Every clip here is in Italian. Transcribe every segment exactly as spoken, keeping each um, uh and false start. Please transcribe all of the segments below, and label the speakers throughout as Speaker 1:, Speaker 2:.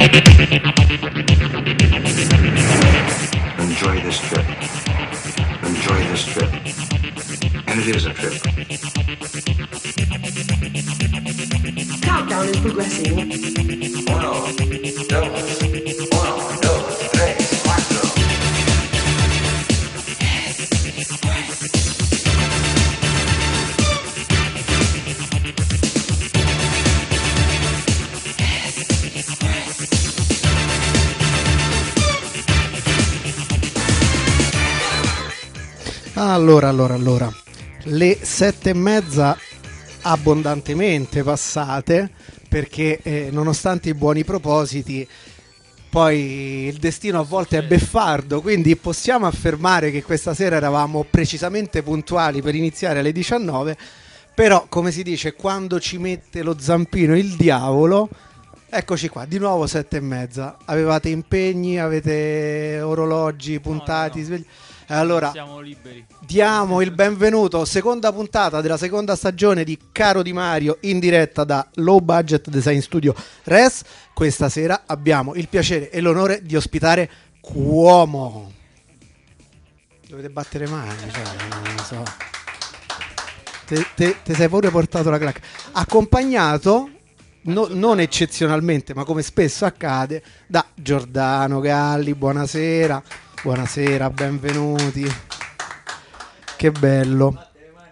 Speaker 1: Enjoy this trip. Enjoy this trip. And it is a trip.
Speaker 2: Countdown is progressing.
Speaker 1: Uno, dos, uno, dos, tres, cuatro.
Speaker 3: Allora, allora, allora, le sette e mezza abbondantemente passate, perché eh, nonostante i buoni propositi, poi il destino a volte è beffardo, quindi possiamo affermare che questa sera eravamo precisamente puntuali per iniziare alle diciannove, però come si dice, quando ci mette lo zampino il diavolo, eccoci qua, di nuovo sette e mezza. Avevate impegni, avete orologi puntati,
Speaker 4: no, no.
Speaker 3: svegli... Allora,
Speaker 4: siamo liberi.
Speaker 3: Diamo il benvenuto, seconda puntata della seconda stagione di Caro Di Mario, in diretta da Low Budget Design Studio Res. Questa sera abbiamo il piacere e l'onore di ospitare Cuomo. Dovete battere mani, cioè, non so. Te, te, te sei pure portato la clac. Accompagnato, no, non eccezionalmente, ma come spesso accade, da Giordano Galli. Buonasera. Buonasera, benvenuti. Che bello.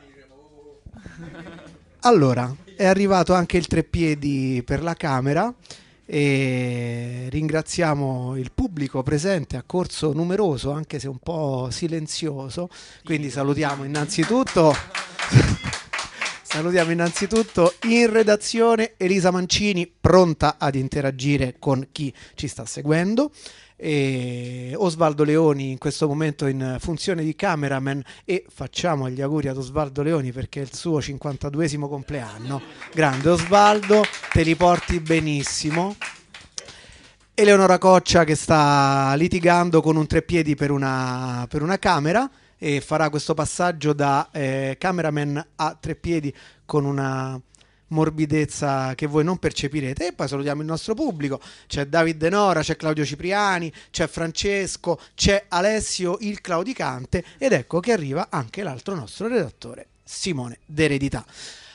Speaker 3: Allora, è arrivato anche il treppiedi per la camera e ringraziamo il pubblico presente, accorso numeroso, anche se un po' silenzioso. Quindi salutiamo innanzitutto salutiamo innanzitutto in redazione Elisa Mancini, pronta ad interagire con chi ci sta seguendo. E Osvaldo Leoni in questo momento in funzione di cameraman, e facciamo gli auguri ad Osvaldo Leoni perché è il suo cinquantaduesimo compleanno. Grande Osvaldo, te li porti benissimo. Eleonora Coccia che sta litigando con un treppiedi per una, per una camera e farà questo passaggio da eh, cameraman a treppiedi con una morbidezza che voi non percepirete. E poi salutiamo il nostro pubblico, c'è Davide Nora, c'è Claudio Cipriani, c'è Francesco, c'è Alessio il claudicante, ed ecco che arriva anche l'altro nostro redattore, Simone d'Eredità.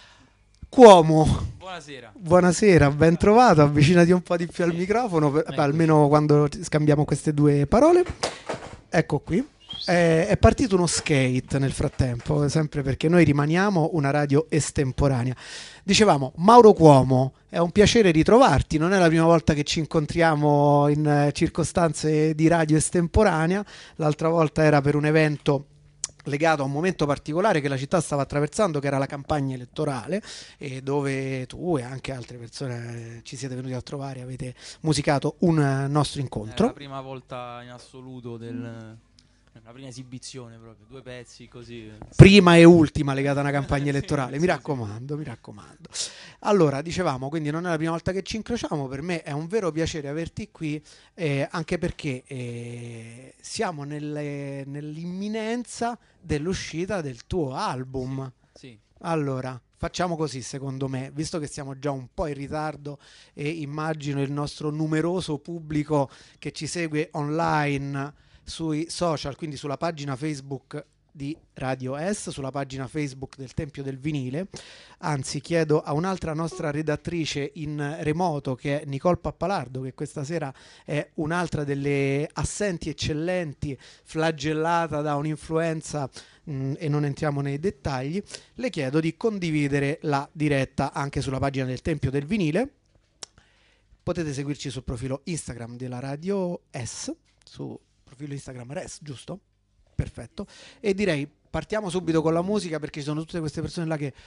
Speaker 3: Cuomo,
Speaker 4: buonasera.
Speaker 3: Buonasera, ben trovato, avvicinati un po' di più al microfono, per, beh, almeno quando scambiamo queste due parole. Ecco qui. È partito uno skate nel frattempo, sempre perché noi rimaniamo una radio estemporanea. Dicevamo, Mauro Cuomo, è un piacere ritrovarti, non è la prima volta che ci incontriamo in circostanze di radio estemporanea, l'altra volta era per un evento legato a un momento particolare che la città stava attraversando, che era la campagna elettorale, e dove tu e anche altre persone ci siete venuti a trovare, avete musicato un nostro incontro.
Speaker 4: È la prima volta in assoluto del... la prima esibizione, proprio due pezzi così,
Speaker 3: prima e ultima legata a una campagna elettorale. Mi raccomando, mi raccomando. Allora, dicevamo, quindi non è la prima volta che ci incrociamo, per me è un vero piacere averti qui, eh, anche perché eh, siamo nelle, nell'imminenza dell'uscita del tuo album.
Speaker 4: Sì.
Speaker 3: Allora, facciamo così, secondo me, visto che siamo già un po' in ritardo e immagino il nostro numeroso pubblico che ci segue online sui social, quindi sulla pagina Facebook di Radio S, sulla pagina Facebook del Tempio del Vinile. Anzi, chiedo a un'altra nostra redattrice in remoto, che è Nicole Pappalardo, che questa sera è un'altra delle assenti eccellenti, flagellata da un'influenza, mh, e non entriamo nei dettagli, le chiedo di condividere la diretta anche sulla pagina del Tempio del Vinile. Potete seguirci sul profilo Instagram della Radio S, su profilo Instagram Res, giusto? Perfetto. E direi partiamo subito con la musica, perché ci sono tutte queste persone là che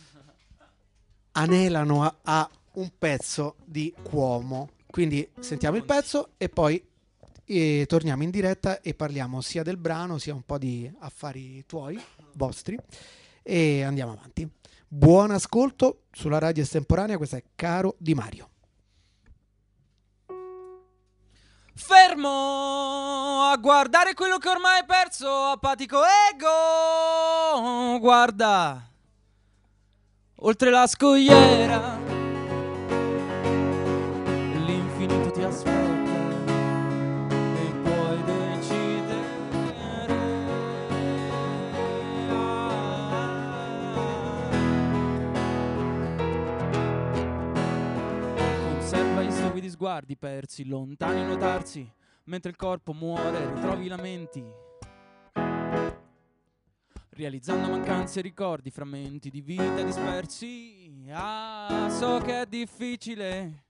Speaker 3: anelano a, a un pezzo di Cuomo. Quindi sentiamo il pezzo e poi e torniamo in diretta e parliamo sia del brano sia un po' di affari tuoi, vostri, e andiamo avanti. Buon ascolto sulla radio estemporanea, questa è Caro Di Mario.
Speaker 4: Fermo a guardare quello che ormai è perso, apatico ego. Guarda oltre la scogliera, l'infinito ti aspetta. sguardi persi, lontani notarsi, mentre il corpo muore, ritrovi i lamenti, realizzando mancanze, ricordi, frammenti di vita dispersi. Ah, so che è difficile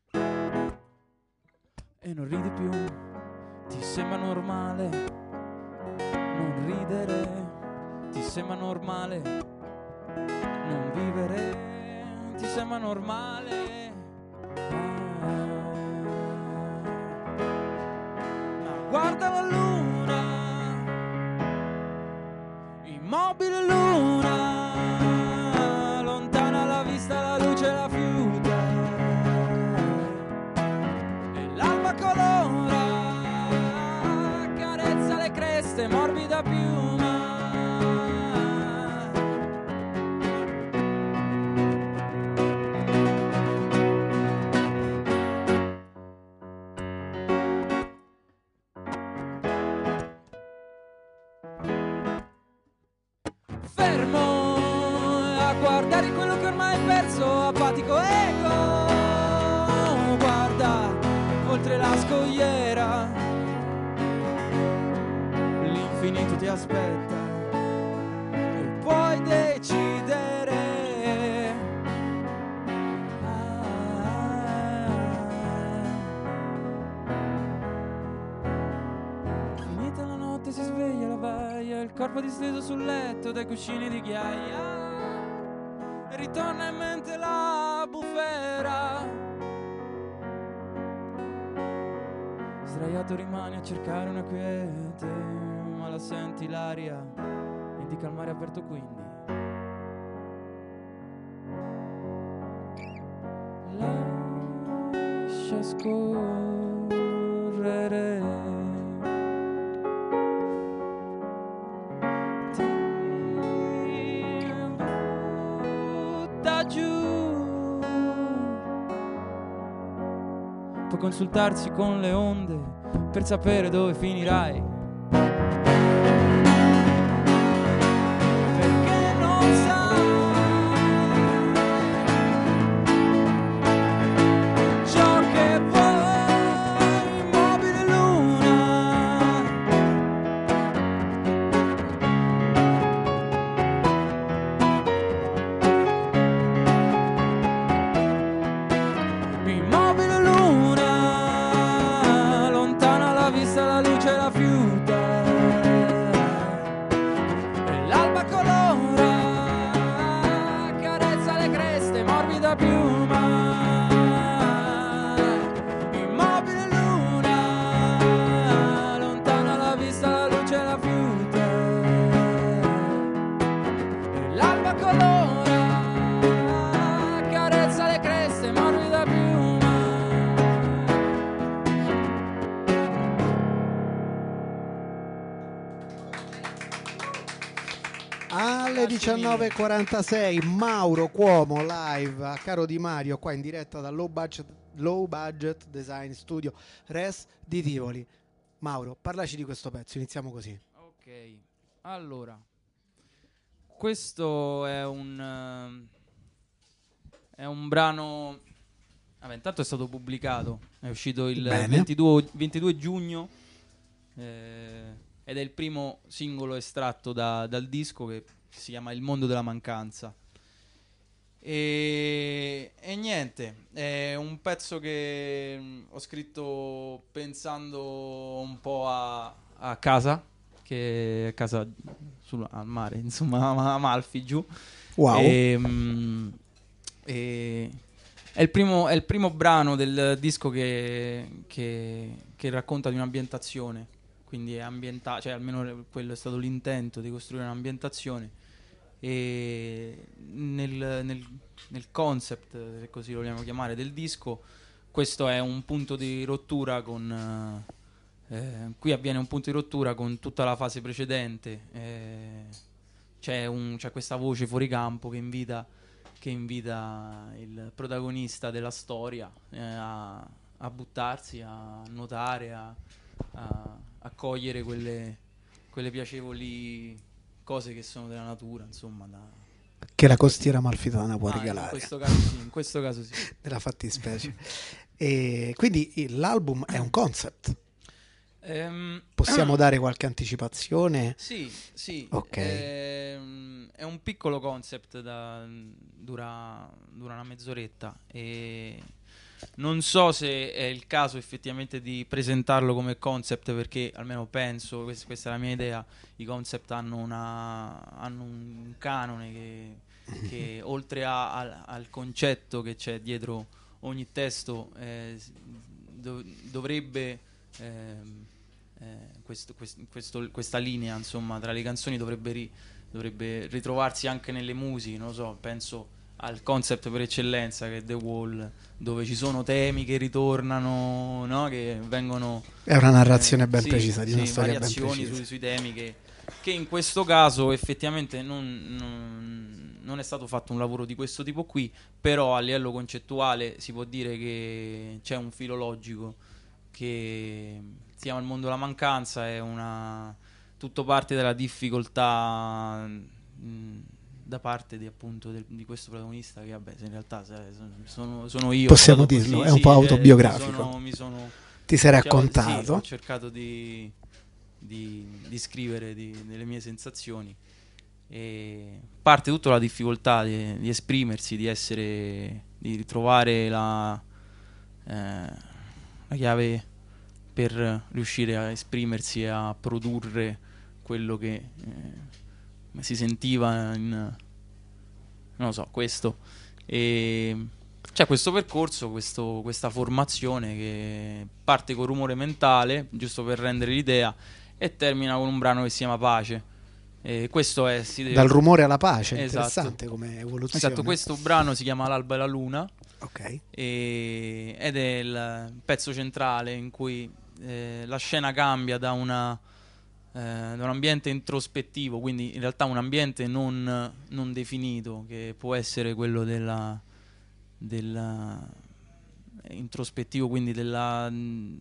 Speaker 4: e non ridi più, ti sembra normale non ridere, ti sembra normale non vivere, ti sembra normale. Ah, ma guarda la luna, immobile luna, lontana alla vista la luce la fiuta e l'alba colora, carezza le creste, morbida piuma. Fermo a guardare quello che ormai è perso, apatico ego, guarda oltre la scogliera, l'infinito ti aspetta e puoi decidere. Ah, finita la notte si sveglia la baia, il corpo disteso sul letto dai cuscini di ghiaia, e ritorna in mente la bufera. Sdraiato rimani a cercare una quiete, ma la senti l'aria indica il mare aperto, quindi lascia scorrere. Giù, puoi consultarsi con le onde per sapere dove finirai, perché non sai ciò che vuoi, immobile luna. Immobile luna, lontana la vista, la luce la fiuta e l'alba colora, carezza le creste, morbida piuma. Immobile luna, lontana la vista, la luce la fiuta e l'alba colora, carezza le creste, morbida piuma.
Speaker 3: Alle diciannove e quarantasei Mauro Cuomo live a Caro Di Mario, qua in diretta dal Low Budget, Low Budget Design Studio Res di Tivoli. Mauro, parlaci di questo pezzo, iniziamo così.
Speaker 4: Ok, allora, questo è un uh, è un brano. Vabbè, intanto è stato pubblicato, è uscito il ventidue, ventidue giugno eh, ed è il primo singolo estratto da, dal disco, che si chiama Il mondo della mancanza. E, e niente, è un pezzo che mh, ho scritto pensando un po' a, a casa, che è a casa sul, al mare, insomma, a Amalfi giù.
Speaker 3: Wow.
Speaker 4: E, mh, e è il primo, è il primo brano del disco che, che, che racconta di un'ambientazione, quindi è ambientato, cioè almeno quello è stato l'intento, di costruire un'ambientazione. E nel, nel, nel concept, se così lo vogliamo chiamare, del disco, questo è un punto di rottura con eh, qui avviene un punto di rottura con tutta la fase precedente. eh, c'è, un, c'è questa voce fuori campo che invita, che invita il protagonista della storia eh, a, a buttarsi, a nuotare, a, a, a cogliere quelle, quelle piacevoli cose che sono della natura, insomma, da...
Speaker 3: che la costiera amalfitana può
Speaker 4: ah,
Speaker 3: regalare.
Speaker 4: In questo caso sì, in questo caso sì.
Speaker 3: Nella fattispecie. E quindi il- l'album è un concept.
Speaker 4: Ehm,
Speaker 3: Possiamo dare qualche anticipazione?
Speaker 4: Sì, sì.
Speaker 3: Ok.
Speaker 4: Ehm, è un piccolo concept, da, dura, dura una mezz'oretta e non so se è il caso effettivamente di presentarlo come concept, perché almeno penso, quest- questa è la mia idea, i concept hanno, una, hanno un canone che, che oltre a- al, al concetto che c'è dietro ogni testo eh, s- dov- dovrebbe... ehm, eh, questo- quest- questo- questa linea insomma tra le canzoni dovrebbe, ri- dovrebbe ritrovarsi anche nelle musiche, non lo so, penso al concept per eccellenza che è The Wall, dove ci sono temi che ritornano, no? Che vengono
Speaker 3: È una narrazione
Speaker 4: eh,
Speaker 3: ben
Speaker 4: sì,
Speaker 3: precisa, di una
Speaker 4: sì,
Speaker 3: storia ben
Speaker 4: variazioni
Speaker 3: precisa.
Speaker 4: sui, sui temi che, che in questo caso effettivamente non, non- non è stato fatto un lavoro di questo tipo qui, però a livello concettuale si può dire che c'è un filo logico che si chiama Il mondo della mancanza, è una tutto parte dalla difficoltà mh, da parte di, appunto del- di questo protagonista che vabbè in realtà sai, sono, sono io,
Speaker 3: Possiamo
Speaker 4: stato
Speaker 3: dirlo,
Speaker 4: così,
Speaker 3: è un
Speaker 4: sì,
Speaker 3: po'
Speaker 4: eh,
Speaker 3: autobiografico.
Speaker 4: mi sono, mi sono
Speaker 3: Ti sei
Speaker 4: cioè,
Speaker 3: raccontato.
Speaker 4: sì, ho cercato di, di, di scrivere di- delle mie sensazioni e parte tutto dalla difficoltà di, di esprimersi, di essere, di ritrovare la, eh, la chiave per riuscire a esprimersi e a produrre quello che eh, si sentiva in, non lo so, questo. E c'è questo percorso, questo- questa formazione che parte con Rumore Mentale, giusto per rendere l'idea, e termina con un brano che si chiama Pace. E questo è si deve-
Speaker 3: Dal rumore alla pace,
Speaker 4: Esatto.
Speaker 3: interessante come evoluzione.
Speaker 4: Esatto, questo brano si chiama L'alba e la luna
Speaker 3: Ok.
Speaker 4: e- ed è il pezzo centrale in cui eh, la scena cambia da, una, eh, da un ambiente introspettivo, quindi in realtà un ambiente non, non definito, che può essere quello della, della introspettivo, quindi della,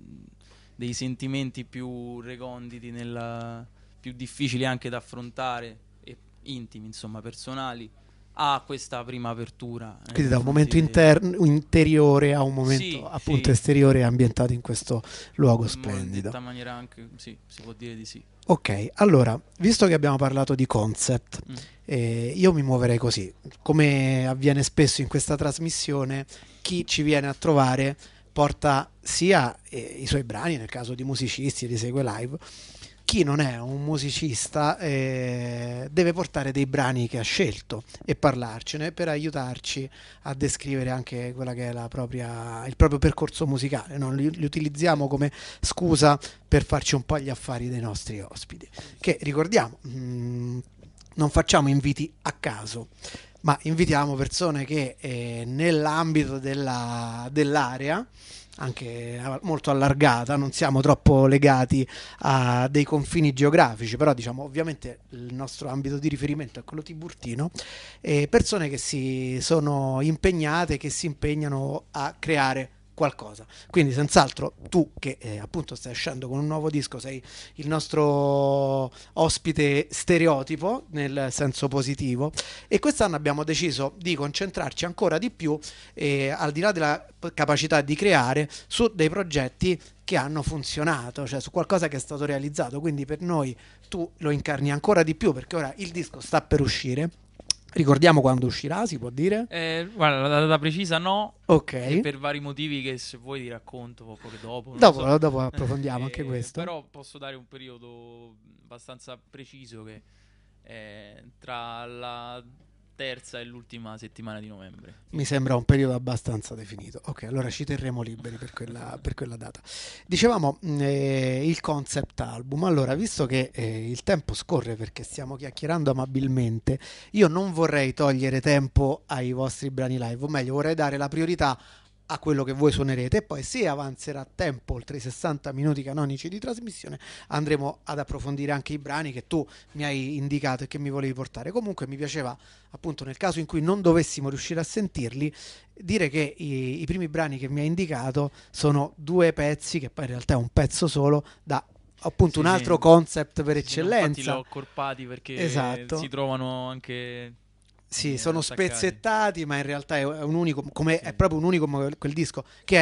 Speaker 4: dei sentimenti più reconditi, nella, più difficili anche da affrontare e intimi, insomma, personali, a questa prima apertura. nei
Speaker 3: Quindi da un
Speaker 4: confronti
Speaker 3: momento
Speaker 4: de-
Speaker 3: interno, interiore a un momento
Speaker 4: Sì,
Speaker 3: appunto
Speaker 4: sì.
Speaker 3: esteriore ambientato in questo luogo
Speaker 4: in
Speaker 3: splendido.
Speaker 4: detta maniera anche, sì, si può dire di sì.
Speaker 3: Ok, allora, visto che abbiamo parlato di concept,
Speaker 4: Mm.
Speaker 3: eh, io mi muoverei così. Come avviene spesso in questa trasmissione, chi ci viene a trovare porta sia eh, i suoi brani, nel caso di musicisti, li segue live. Chi non è un musicista eh, deve portare dei brani che ha scelto e parlarcene per aiutarci a descrivere anche quella che è la propria, il proprio percorso musicale, no? li, li utilizziamo come scusa per farci un po' gli affari dei nostri ospiti, che ricordiamo mh, non facciamo inviti a caso, ma invitiamo persone che eh, nell'ambito della, dell'area anche molto allargata, non siamo troppo legati a dei confini geografici, però diciamo ovviamente il nostro ambito di riferimento è quello tiburtino, e persone che si sono impegnate, che si impegnano a creare qualcosa. Quindi senz'altro tu che eh, appunto stai uscendo con un nuovo disco sei il nostro ospite stereotipo nel senso positivo, e quest'anno abbiamo deciso di concentrarci ancora di più eh, al di là della capacità di creare su dei progetti che hanno funzionato, cioè su qualcosa che è stato realizzato. Quindi per noi tu lo incarni ancora di più, perché ora il disco sta per uscire. Ricordiamo quando uscirà, si può dire?
Speaker 4: Eh, guarda, la data precisa no,
Speaker 3: Ok.
Speaker 4: e per vari motivi che se vuoi ti racconto poco che dopo. non
Speaker 3: Dopo,
Speaker 4: so.
Speaker 3: dopo approfondiamo anche
Speaker 4: Eh,
Speaker 3: questo.
Speaker 4: Però posso dare un periodo abbastanza preciso che è tra la terza e l'ultima settimana di novembre.
Speaker 3: Mi sembra un periodo abbastanza definito. Ok, allora ci terremo liberi per quella, per quella data. Dicevamo mh, eh, il concept album. Allora, visto che eh, il tempo scorre perché stiamo chiacchierando amabilmente, io non vorrei togliere tempo ai vostri brani live, o meglio, vorrei dare la priorità a quello che voi suonerete, e poi se avanzerà tempo oltre i sessanta minuti canonici di trasmissione andremo ad approfondire anche i brani che tu mi hai indicato e che mi volevi portare. Comunque mi piaceva, appunto, nel caso in cui non dovessimo riuscire a sentirli, dire che i, i primi brani che mi hai indicato sono due pezzi, che poi in realtà è un pezzo solo, da appunto
Speaker 4: Sì,
Speaker 3: un altro
Speaker 4: sì.
Speaker 3: concept per
Speaker 4: Sì, sì, no, infatti
Speaker 3: eccellenza.
Speaker 4: l'ho accorpati perché
Speaker 3: Esatto.
Speaker 4: si trovano anche
Speaker 3: Sì,
Speaker 4: eh,
Speaker 3: sono
Speaker 4: attaccati.
Speaker 3: spezzettati, ma in realtà è un unico, come è
Speaker 4: Sì.
Speaker 3: proprio un unico quel disco, che è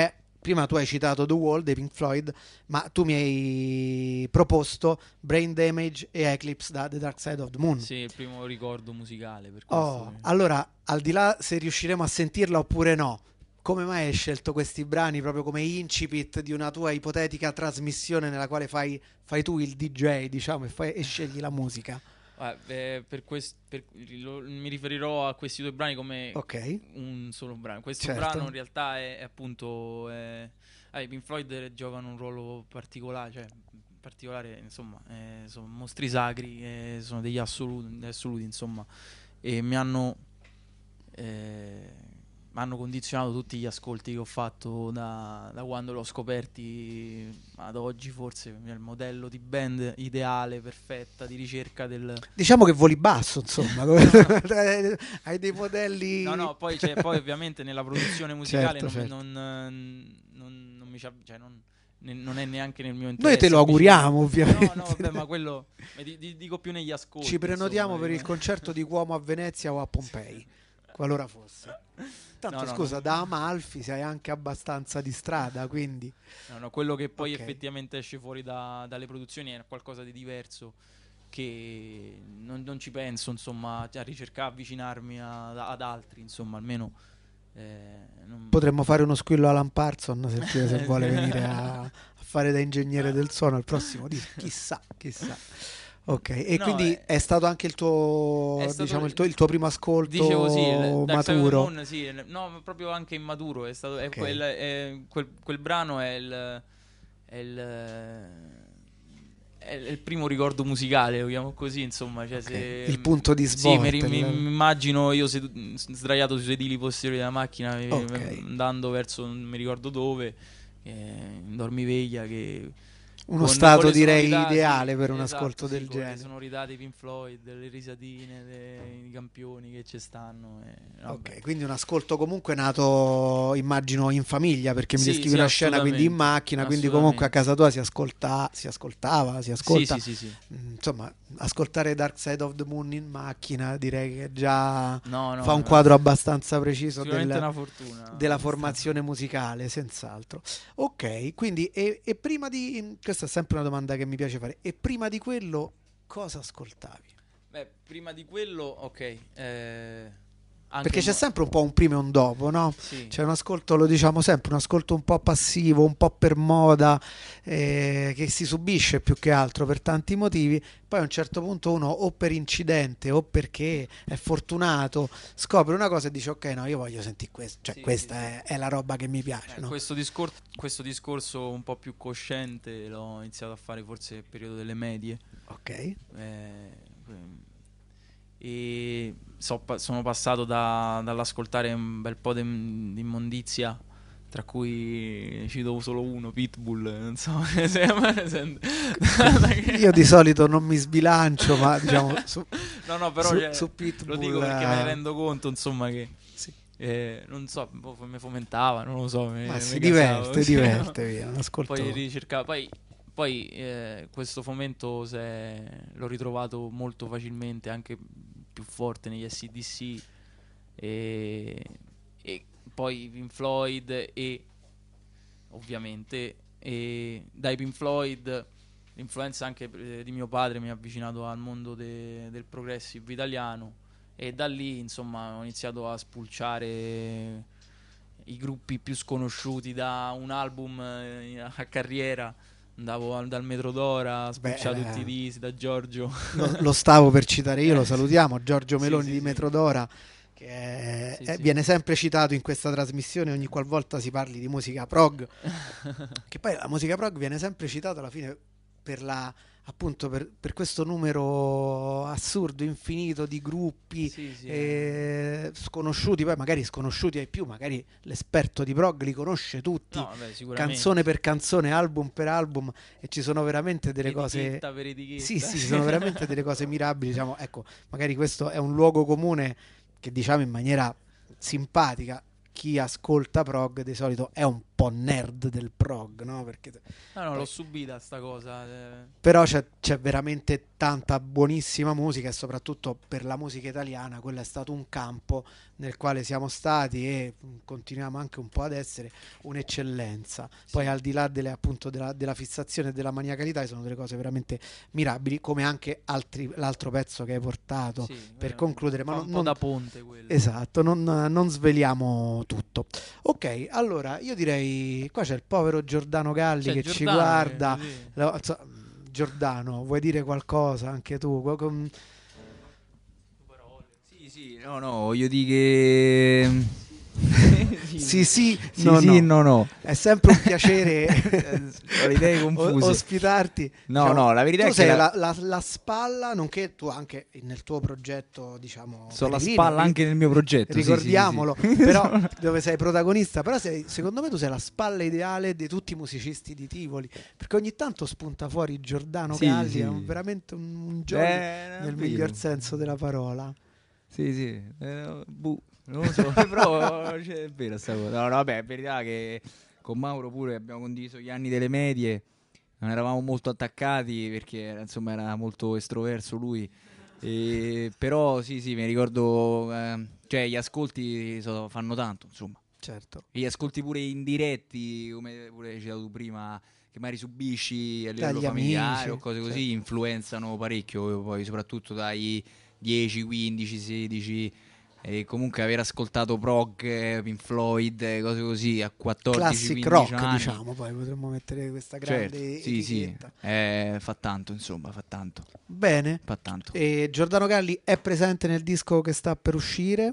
Speaker 3: prima tu hai citato The Wall dei Pink Floyd, ma tu mi hai proposto Brain Damage e Eclipse da The Dark Side of the Moon.
Speaker 4: Sì, il primo ricordo musicale per
Speaker 3: Oh,
Speaker 4: questo.
Speaker 3: allora, al di là se riusciremo a sentirla oppure no, come mai hai scelto questi brani proprio come incipit di una tua ipotetica trasmissione nella quale fai, fai tu il D J, diciamo, e, fai, e scegli la musica?
Speaker 4: Ah, eh, per quest- per- lo- mi riferirò a questi due brani come
Speaker 3: Ok.
Speaker 4: un solo brano. Questo
Speaker 3: Certo.
Speaker 4: brano in realtà è, è appunto è, ah, i Pink Floyd giocano un ruolo particolare, cioè particolare, insomma, eh, sono mostri sacri, eh, sono degli assoluti, assoluti, insomma, e mi hanno eh, mi hanno condizionato tutti gli ascolti che ho fatto da, da quando l'ho scoperti ad oggi. Forse è il modello di band ideale, perfetta, di ricerca del...
Speaker 3: Diciamo che voli basso, insomma. Hai dei modelli...
Speaker 4: No, no, poi, c'è, poi ovviamente nella produzione musicale
Speaker 3: Certo,
Speaker 4: non,
Speaker 3: certo.
Speaker 4: non, non, non mi ci av- cioè non, ne- non è neanche nel mio
Speaker 3: Noi
Speaker 4: interesse.
Speaker 3: te lo auguriamo, ovviamente.
Speaker 4: No, no, vabbè, ma quello ma di- di- dico più negli ascolti.
Speaker 3: Ci prenotiamo
Speaker 4: insomma,
Speaker 3: per il
Speaker 4: dico-
Speaker 3: concerto di Cuomo a Venezia o a Pompei, qualora fosse. Tanto
Speaker 4: No, no,
Speaker 3: scusa,
Speaker 4: no.
Speaker 3: da Amalfi sei anche abbastanza di strada, quindi...
Speaker 4: No, no, quello che poi
Speaker 3: Ok.
Speaker 4: effettivamente esce fuori da- dalle produzioni è qualcosa di diverso, che non, non ci penso, insomma, a ricercare, avvicinarmi a- ad altri, insomma, almeno eh, non-
Speaker 3: Potremmo fare uno squillo a Alan Parsons se, se vuole venire a, a fare da ingegnere del suono al prossimo disco, chissà, chissà. Ok, e
Speaker 4: No,
Speaker 3: quindi
Speaker 4: è-
Speaker 3: è stato anche il tuo,
Speaker 4: è stato-
Speaker 3: diciamo, il tuo, il tuo primo ascolto
Speaker 4: Dicevo sì, il Dark Side of the
Speaker 3: maturo?
Speaker 4: Moon, sì, il- no, ma proprio anche immaturo, è stato, è
Speaker 3: Ok.
Speaker 4: quel, è- quel, quel brano è il, è il è il primo ricordo musicale, lo chiamo così, insomma, cioè
Speaker 3: Ok,
Speaker 4: se,
Speaker 3: il punto di
Speaker 4: sì,
Speaker 3: svolta,
Speaker 4: mi, ri- mi-
Speaker 3: il-
Speaker 4: mi immagino io sedu- sdraiato sui sedili posteriori della macchina, eh,
Speaker 3: Ok.
Speaker 4: andando verso non mi ricordo dove, eh, in dormiveglia, che
Speaker 3: Uno
Speaker 4: con-
Speaker 3: stato
Speaker 4: con le
Speaker 3: direi
Speaker 4: sonorità,
Speaker 3: ideale
Speaker 4: sì,
Speaker 3: per un
Speaker 4: esatto,
Speaker 3: ascolto
Speaker 4: sì,
Speaker 3: del
Speaker 4: con le
Speaker 3: genere.
Speaker 4: sonorità dei Pink Floyd, delle risatine, dei campioni che ci stanno, e, vabbè.
Speaker 3: Ok, quindi un ascolto comunque nato, immagino, in famiglia, perché mi
Speaker 4: Sì,
Speaker 3: descrivi
Speaker 4: sì,
Speaker 3: una scena quindi in
Speaker 4: assolutamente,
Speaker 3: macchina, quindi comunque a casa tua si, ascolta, si ascoltava, si ascolta.
Speaker 4: Sì, sì, sì, sì.
Speaker 3: Mm, Insomma, ascoltare Dark Side of the Moon in macchina direi che già
Speaker 4: No, no,
Speaker 3: fa un
Speaker 4: no.
Speaker 3: quadro abbastanza preciso
Speaker 4: Sicuramente
Speaker 3: del-
Speaker 4: una fortuna.
Speaker 3: della formazione musicale, senz'altro. Ok, quindi e, e prima di... Questa è sempre una domanda che mi piace fare. E prima di quello cosa ascoltavi?
Speaker 4: Beh, prima di quello, ok. eh, anche
Speaker 3: Perché c'è
Speaker 4: mo-
Speaker 3: sempre un po' un prima e un dopo, no?
Speaker 4: Sì.
Speaker 3: C'è un ascolto, lo diciamo sempre, un ascolto un po' passivo, un po' per moda, eh, che si subisce più che altro per tanti motivi. Poi a un certo punto uno o per incidente o perché è fortunato scopre una cosa e dice ok, no, io voglio sentire questo, cioè
Speaker 4: Sì,
Speaker 3: questa
Speaker 4: sì, sì.
Speaker 3: È, è la roba che mi piace,
Speaker 4: Eh,
Speaker 3: no?
Speaker 4: questo, discor- questo discorso un po' più cosciente l'ho iniziato a fare forse nel periodo delle medie.
Speaker 3: Ok,
Speaker 4: eh, e so- pa- sono passato da- dall'ascoltare un bel po' di di immondizia, tra cui ne cito solo uno, Pitbull, non so se mai presente.
Speaker 3: io di solito non mi sbilancio, ma diciamo su,
Speaker 4: No, no, però
Speaker 3: su-
Speaker 4: cioè,
Speaker 3: su Pitbull,
Speaker 4: lo dico perché me ne
Speaker 3: eh,
Speaker 4: rendo conto, insomma, che
Speaker 3: sì.
Speaker 4: eh, non so, un po' mi fomentava, non lo so, mi,
Speaker 3: Ma
Speaker 4: mi
Speaker 3: si
Speaker 4: gasavo,
Speaker 3: diverte,
Speaker 4: sì,
Speaker 3: diverte,
Speaker 4: no?
Speaker 3: via, un ascolto.
Speaker 4: Poi ricercavo, poi, poi eh, questo fomento se- l'ho ritrovato molto facilmente, anche più forte negli A C D C, e, e poi i Pink Floyd, e ovviamente e dai Pink Floyd l'influenza anche eh, di mio padre mi ha avvicinato al mondo de- del progressive italiano, e da lì insomma ho iniziato a spulciare i gruppi più sconosciuti, da un album eh, a carriera andavo al- dal Metrodora a spulciare
Speaker 3: Beh,
Speaker 4: tutti i dischi, da Giorgio.
Speaker 3: lo, lo stavo per citare io, lo
Speaker 4: Eh,
Speaker 3: salutiamo, Giorgio
Speaker 4: sì,
Speaker 3: Meloni
Speaker 4: sì,
Speaker 3: di
Speaker 4: sì.
Speaker 3: Metrodora, che è-
Speaker 4: Sì,
Speaker 3: è-
Speaker 4: sì.
Speaker 3: viene sempre citato in questa trasmissione ogni qualvolta si parli di musica prog, che poi la musica prog viene sempre citata alla fine per la appunto per, per questo numero assurdo, infinito di gruppi
Speaker 4: Sì, sì.
Speaker 3: eh, sconosciuti, poi magari sconosciuti ai più, magari l'esperto di prog li conosce tutti,
Speaker 4: No, vabbè, sicuramente.
Speaker 3: canzone per canzone, album per album, e ci sono veramente delle cose...
Speaker 4: Etichetta per etichetta.
Speaker 3: Sì, sì, sono veramente delle cose mirabili, diciamo, ecco, magari questo è un luogo comune che diciamo in maniera simpatica, chi ascolta prog di solito è un po' nerd del prog, no? Perché
Speaker 4: No, no,
Speaker 3: poi-
Speaker 4: l'ho subita sta cosa. eh.
Speaker 3: però c'è, c'è veramente tanta buonissima musica, e soprattutto per la musica italiana quello è stato un campo nel quale siamo stati e mh, continuiamo anche un po' ad essere un'eccellenza. Poi
Speaker 4: Sì.
Speaker 3: al di là delle, appunto, della, della fissazione e della maniacalità, sono delle cose veramente mirabili, come anche altri- l'altro pezzo che hai portato
Speaker 4: Sì,
Speaker 3: per
Speaker 4: veramente.
Speaker 3: concludere, ma
Speaker 4: Fa
Speaker 3: non,
Speaker 4: un po'
Speaker 3: non-
Speaker 4: da ponte quello.
Speaker 3: esatto, non, non sveliamo tutto. Ok, allora io direi, qua c'è il povero Giordano Galli
Speaker 4: C'è
Speaker 3: che ci
Speaker 4: Giordano
Speaker 3: guarda.
Speaker 4: che- sì.
Speaker 3: La- so- Giordano, vuoi dire qualcosa anche tu? Qua- com-
Speaker 2: Sì, sì, no, no, voglio dire che...
Speaker 3: Sì, sì,
Speaker 2: Sì,
Speaker 3: no,
Speaker 2: sì,
Speaker 3: no.
Speaker 2: no, no.
Speaker 3: È sempre un piacere
Speaker 2: Ho le idee
Speaker 3: o-
Speaker 2: confuse.
Speaker 3: ospitarti.
Speaker 2: No,
Speaker 3: Diciamo,
Speaker 2: no, la verità
Speaker 3: tu
Speaker 2: è che
Speaker 3: sei
Speaker 2: la-
Speaker 3: la, la- la spalla, nonché tu anche nel tuo progetto, diciamo,
Speaker 2: So la
Speaker 3: Pellegrino,
Speaker 2: spalla
Speaker 3: ri-
Speaker 2: anche nel mio progetto. sì, sì, sì,
Speaker 3: ricordiamolo,
Speaker 2: sì.
Speaker 3: però dove sei protagonista, però sei, secondo me tu sei la spalla ideale di tutti i musicisti di Tivoli, perché ogni tanto spunta fuori Giordano
Speaker 2: Sì,
Speaker 3: Galli,
Speaker 2: sì.
Speaker 3: è un- veramente un, un gioio
Speaker 2: Eh, non è
Speaker 3: nel
Speaker 2: vero.
Speaker 3: miglior senso della parola.
Speaker 2: Sì, sì, eh, boh, non lo so, però cioè, è vera sta cosa. No, no, vabbè, è verità che con Mauro pure abbiamo condiviso gli anni delle medie, non eravamo molto attaccati perché era, insomma era molto estroverso lui, e, però sì, sì, mi ricordo, eh, cioè gli ascolti so- fanno tanto, insomma.
Speaker 3: Certo.
Speaker 2: E gli ascolti pure indiretti, come pure hai citato tu prima, che magari subisci a livello
Speaker 3: Dagli
Speaker 2: familiare
Speaker 3: amici,
Speaker 2: o cose così,
Speaker 3: certo.
Speaker 2: influenzano parecchio, poi soprattutto dai dieci, quindici, sedici, e comunque aver ascoltato prog, eh, Pink Floyd, eh, cose così a quattordici
Speaker 3: Classic
Speaker 2: quindici
Speaker 3: rock,
Speaker 2: anni.
Speaker 3: diciamo, poi potremmo mettere questa grande
Speaker 2: Certo, sì, sì,
Speaker 3: etichetta.
Speaker 2: eh, fa tanto, insomma, fa tanto,
Speaker 3: Bene.
Speaker 2: fa tanto.
Speaker 3: E Giordano Galli è presente nel disco che sta per uscire?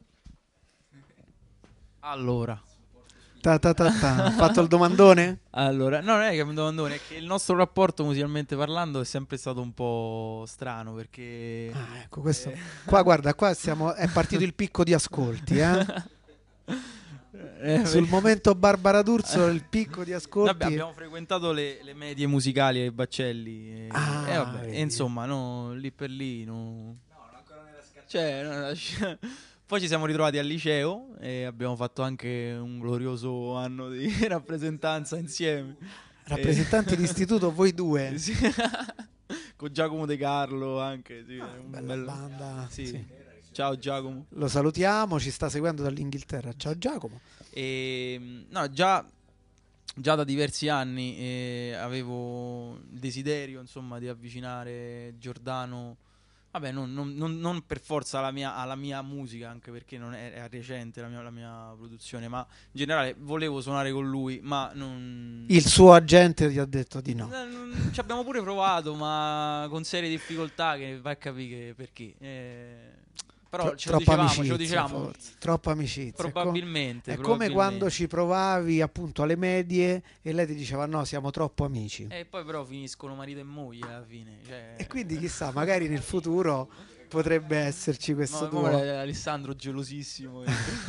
Speaker 4: Allora,
Speaker 3: Ta ta ta ta. Ha fatto il domandone?
Speaker 4: allora, no, non è che è un domandone, è che il nostro rapporto musicalmente parlando è sempre stato un po' strano perché
Speaker 3: Ah, ecco, questo. Qua, guarda, qua siamo, è partito il picco di ascolti, eh?
Speaker 4: Eh,
Speaker 3: Sul momento Barbara D'Urso il picco di ascolti.
Speaker 4: Vabbè, abbiamo frequentato le, le medie musicali ai Baccelli e,
Speaker 3: Ah,
Speaker 4: e vabbè,
Speaker 3: vedi.
Speaker 4: e insomma, no, lì per lì no. Cioè, no, lascia- poi ci siamo ritrovati al liceo e abbiamo fatto anche un glorioso anno di rappresentanza insieme.
Speaker 3: Rappresentanti
Speaker 4: E-
Speaker 3: d'istituto, voi due.
Speaker 4: Sì. Con Giacomo De Carlo anche, sì,
Speaker 3: Ah,
Speaker 4: un
Speaker 3: bella
Speaker 4: bel-
Speaker 3: banda.
Speaker 4: sì.
Speaker 3: Sì.
Speaker 4: Ciao Giacomo.
Speaker 3: Lo salutiamo, ci sta seguendo dall'Inghilterra. Ciao Giacomo.
Speaker 4: E, no, già, già da diversi anni eh, avevo il desiderio, insomma, di avvicinare Giordano. Vabbè, non, non- non- non per forza alla mia, alla mia musica, anche perché non è, è recente la mia, la mia produzione, ma in generale volevo suonare con lui, ma non...
Speaker 3: Il suo agente ti ha detto di no.
Speaker 4: Eh, non- ci abbiamo pure provato, ma con serie difficoltà che vai a capire che- perché. Eh, però
Speaker 3: Tro-
Speaker 4: ce lo
Speaker 3: troppa
Speaker 4: dicevamo, ce lo
Speaker 3: amicizia,
Speaker 4: dicevamo.
Speaker 3: forse. Troppa amicizia. È co-
Speaker 4: Probabilmente.
Speaker 3: È come
Speaker 4: probabilmente.
Speaker 3: quando ci provavi appunto alle medie e lei ti diceva no, siamo troppo amici.
Speaker 4: E poi però finiscono marito e moglie alla fine. Cioè...
Speaker 3: E quindi chissà, magari nel futuro potrebbe esserci questo
Speaker 4: Ma-
Speaker 3: tuo...
Speaker 4: ma è Alessandro gelosissimo.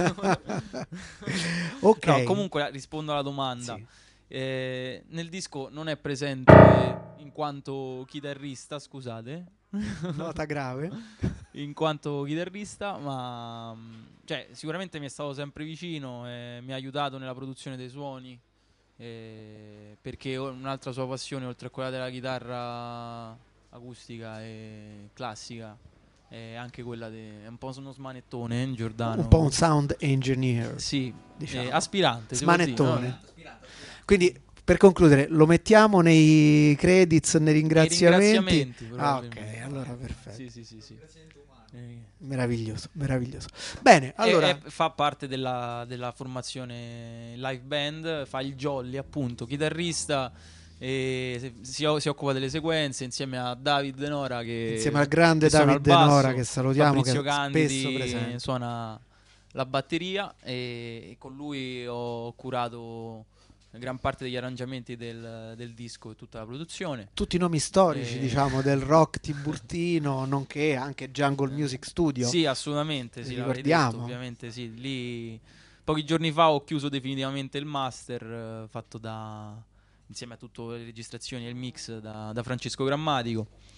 Speaker 3: Ok.
Speaker 4: No, comunque rispondo alla domanda.
Speaker 3: Sì.
Speaker 4: Eh, nel disco non è presente in quanto chitarrista, scusate.
Speaker 3: Nota grave.
Speaker 4: In quanto chitarrista, ma mh, cioè, sicuramente mi è stato sempre vicino e mi ha aiutato nella produzione dei suoni. eh, perché ho un'altra sua passione, oltre a quella della chitarra acustica e classica, è anche quella de- è un po' uno smanettone, eh, Giordano.
Speaker 3: Un po' un sound engineer.
Speaker 4: Sì,
Speaker 3: diciamo.
Speaker 4: eh, aspirante. si può dire,
Speaker 3: Smanettone.
Speaker 4: no?
Speaker 3: Quindi per concludere, lo mettiamo nei credits, nei
Speaker 4: I
Speaker 3: ringraziamenti.
Speaker 4: ringraziamenti,
Speaker 3: Ah, ok,
Speaker 4: probabilmente.
Speaker 3: allora perfetto.
Speaker 4: Sì, sì, sì, sì. Eh,
Speaker 3: Meraviglioso, meraviglioso. Bene, allora
Speaker 4: E- e fa parte della, della formazione live band, fa il jolly appunto, chitarrista, e si, si o- si occupa delle sequenze insieme a David Denora che
Speaker 3: insieme al grande
Speaker 4: che suona
Speaker 3: David
Speaker 4: il basso,
Speaker 3: Denora che salutiamo,
Speaker 4: Fabrizio
Speaker 3: che
Speaker 4: Candidi
Speaker 3: spesso presente.
Speaker 4: suona la batteria e, e con lui ho curato gran parte degli arrangiamenti del, del disco e tutta la produzione.
Speaker 3: Tutti i nomi storici,
Speaker 4: Eh.
Speaker 3: diciamo, del rock tiburtino, nonché anche Jungle Music Studio.
Speaker 4: Sì, assolutamente, sì, l'avrei
Speaker 3: Ricordiamo.
Speaker 4: detto, ovviamente sì. Lì pochi giorni fa ho chiuso definitivamente il master eh, fatto da insieme a tutte le registrazioni e il mix da, da Francesco Grammatico.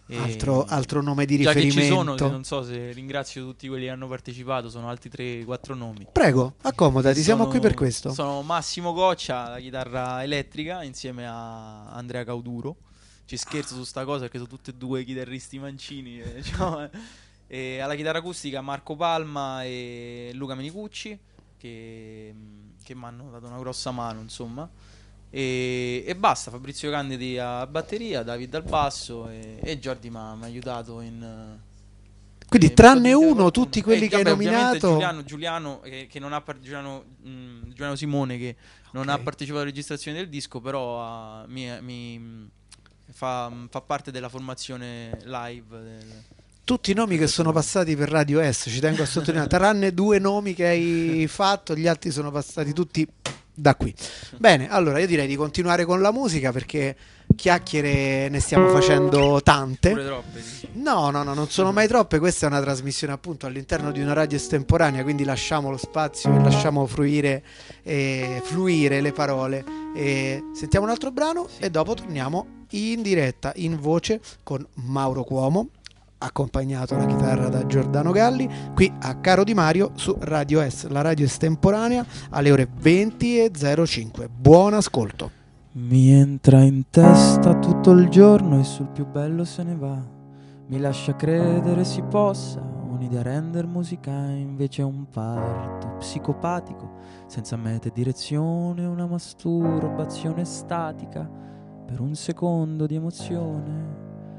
Speaker 4: E
Speaker 3: altro, altro nome di
Speaker 4: già
Speaker 3: riferimento.
Speaker 4: che ci sono, se- non so se ringrazio tutti quelli che hanno partecipato, sono altri tre quattro nomi.
Speaker 3: Prego, accomodati,
Speaker 4: Che
Speaker 3: siamo
Speaker 4: sono-
Speaker 3: qui per questo.
Speaker 4: Sono Massimo Goccia, la chitarra elettrica, insieme a Andrea Cauduro. Ci scherzo su sta cosa perché sono tutti e due chitarristi mancini. eh, diciamo, eh. E alla chitarra acustica Marco Palma e Luca Menicucci, che, che mi hanno dato una grossa mano, insomma. E, e basta, Fabrizio Candidi a batteria, David al basso e, e Jordi mi ha mi ha aiutato in...
Speaker 3: Quindi
Speaker 4: eh,
Speaker 3: tranne
Speaker 4: mi sa di
Speaker 3: uno,
Speaker 4: qualcuno.
Speaker 3: tutti quelli
Speaker 4: E,
Speaker 3: che hai
Speaker 4: vabbè, ovviamente
Speaker 3: nominato.
Speaker 4: Giuliano, Giuliano che, che non ha par- Giuliano, mh, Giuliano Simone che non
Speaker 3: Ok.
Speaker 4: ha partecipato alla registrazione del disco, però ha- mi, mi fa, fa parte della formazione live del-
Speaker 3: Tutti i nomi che sono passati per Radio S, ci tengo a sottolineare, tranne due nomi che hai fatto, gli altri sono passati tutti da qui. Bene, allora io direi di continuare con la musica perché chiacchiere ne stiamo facendo tante.
Speaker 4: pure troppe, dici.
Speaker 3: No, no, no, non sono mai troppe. Questa è una trasmissione appunto all'interno di una radio estemporanea, quindi lasciamo lo spazio e lasciamo fruire e fluire le parole. E sentiamo un altro brano e dopo torniamo in diretta, in voce, con Mauro Cuomo, accompagnato alla chitarra da Giordano Galli, qui a Caro Di Mario su Radio S, la radio estemporanea, alle ore venti e zero cinque. Buon ascolto.
Speaker 4: Mi entra in testa tutto il giorno e sul più bello se ne va. Mi lascia credere si possa un'idea render musica invece un parto psicopatico, senza meta e direzione, una masturbazione statica per un secondo di emozione.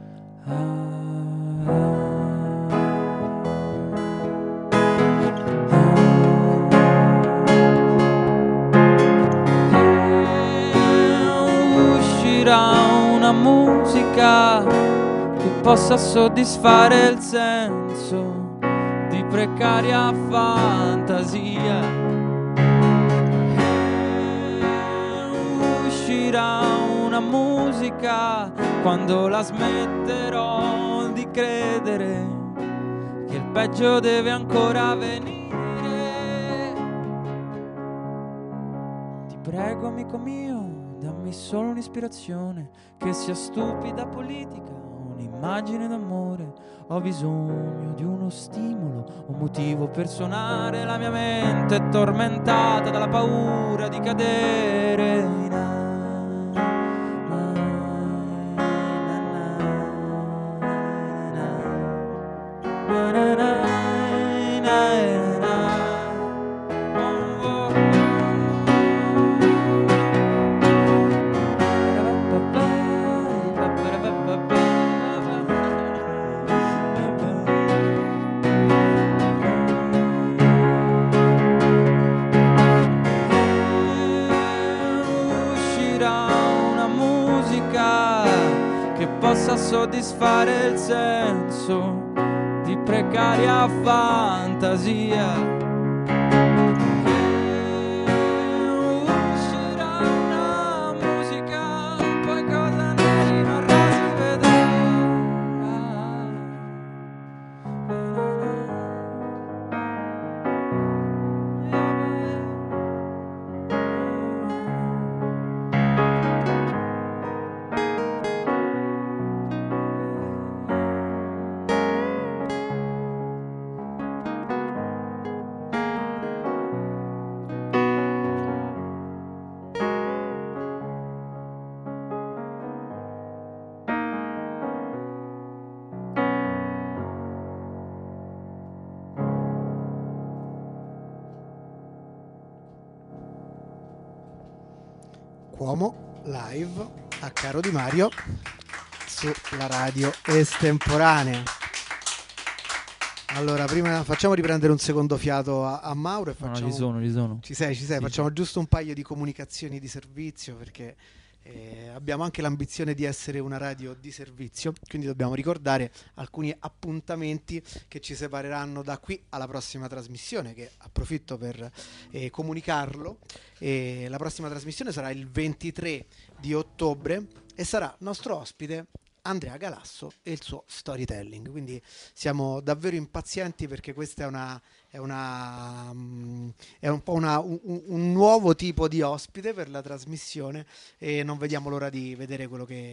Speaker 4: Ah, una musica che possa soddisfare il senso di precaria fantasia. Uscirà una musica quando la smetterò di credere che il peggio deve ancora venire. Ti prego, amico mio, dammi solo un'ispirazione, che sia stupida politica, un'immagine d'amore. Ho bisogno di uno stimolo, un motivo per suonare. La mia mente è tormentata dalla paura di cadere in a- na- na- na- na- na- na- uscirà una musica che possa soddisfare il senso di precaria fantasia. Uscirà una musica, poi cosa ne rimarrà si
Speaker 3: Cuomo live a Caro Di Mario sulla radio estemporanea. Allora, prima facciamo riprendere un secondo fiato a, a Mauro e
Speaker 4: No,
Speaker 3: facciamo...
Speaker 4: no, ci sono, ci sono.
Speaker 3: Ci sei, ci sei,
Speaker 4: Sì,
Speaker 3: facciamo
Speaker 4: sì.
Speaker 3: giusto un paio di comunicazioni di servizio perché eh, abbiamo anche l'ambizione di essere una radio di servizio, quindi dobbiamo ricordare alcuni appuntamenti che ci separeranno da qui alla prossima trasmissione, che approfitto per eh, comunicarlo. E la prossima trasmissione sarà il ventitré di ottobre e sarà nostro ospite Andrea Galasso e il suo storytelling, quindi siamo davvero impazienti perché questa è una è una mm, è un po' una, un, un nuovo tipo di ospite per la trasmissione e non vediamo l'ora di vedere quello che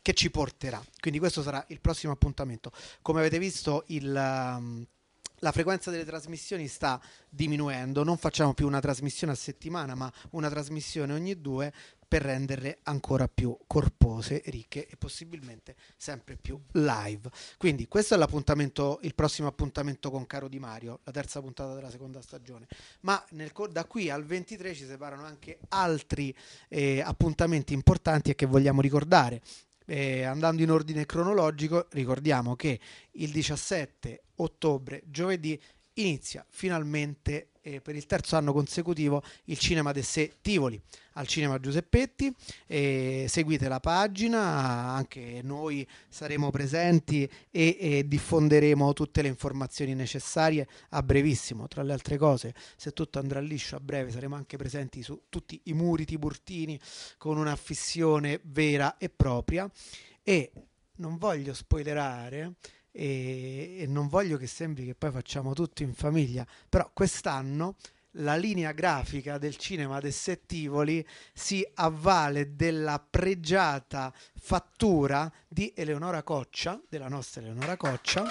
Speaker 3: che ci porterà. Quindi questo sarà il prossimo appuntamento. Come avete visto, il, um, la frequenza delle trasmissioni sta diminuendo, non facciamo più una trasmissione a settimana, ma una trasmissione ogni due, per renderle ancora più corpose, ricche e possibilmente sempre più live. Quindi questo è l'appuntamento, il prossimo appuntamento con Caro Di Mario, la terza puntata della seconda stagione. Ma nel, da qui al ventitré ci separano anche altri eh, appuntamenti importanti e che vogliamo ricordare. Eh, andando in ordine cronologico, ricordiamo che il diciassette ottobre, giovedì, inizia finalmente eh, per il terzo anno consecutivo il Cinema de Sé Tivoli al Cinema Giuseppetti. Eh, seguite la pagina, anche noi saremo presenti e, e diffonderemo tutte le informazioni necessarie a brevissimo. Tra le altre cose, se tutto andrà liscio, a breve saremo anche presenti su tutti i muri tiburtini con una affissione vera e propria. E non voglio spoilerare e, e non voglio che sembri che poi facciamo tutto in famiglia, però quest'anno la linea grafica del Cinema de Sé Tivoli si avvale della pregiata fattura di Eleonora Coccia, della nostra Eleonora Coccia,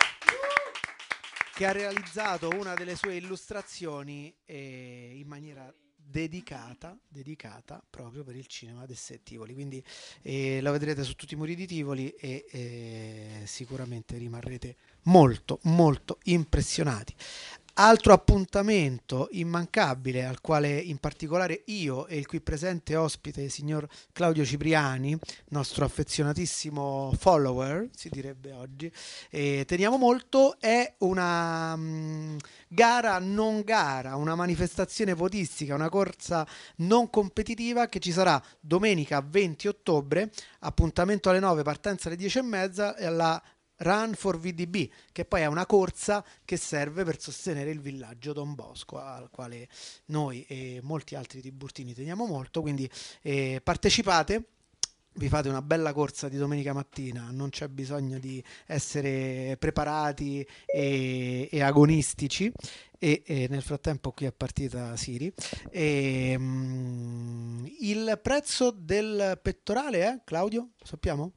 Speaker 3: che ha realizzato una delle sue illustrazioni eh, in maniera dedicata, dedicata proprio per il Cinema de Sé Tivoli. Quindi eh, la vedrete su tutti i muri di Tivoli e eh, sicuramente rimarrete molto molto impressionati. Altro appuntamento immancabile, al quale in particolare io e il qui presente ospite, il signor Claudio Cipriani, nostro affezionatissimo follower, si direbbe oggi, eh, teniamo molto, è una mh, gara non gara, una manifestazione podistica, una corsa non competitiva che ci sarà domenica venti ottobre, appuntamento alle nove, partenza alle dieci e mezza, e alla Run for V D B, che poi è una corsa che serve per sostenere il villaggio Don Bosco, al quale noi e molti altri tiburtini teniamo molto. Quindi eh, partecipate, vi fate una bella corsa di domenica mattina, non c'è bisogno di essere preparati e, e agonistici. E, e nel frattempo qui è partita Siri. E, mm, il prezzo del pettorale è, Claudio? Lo sappiamo?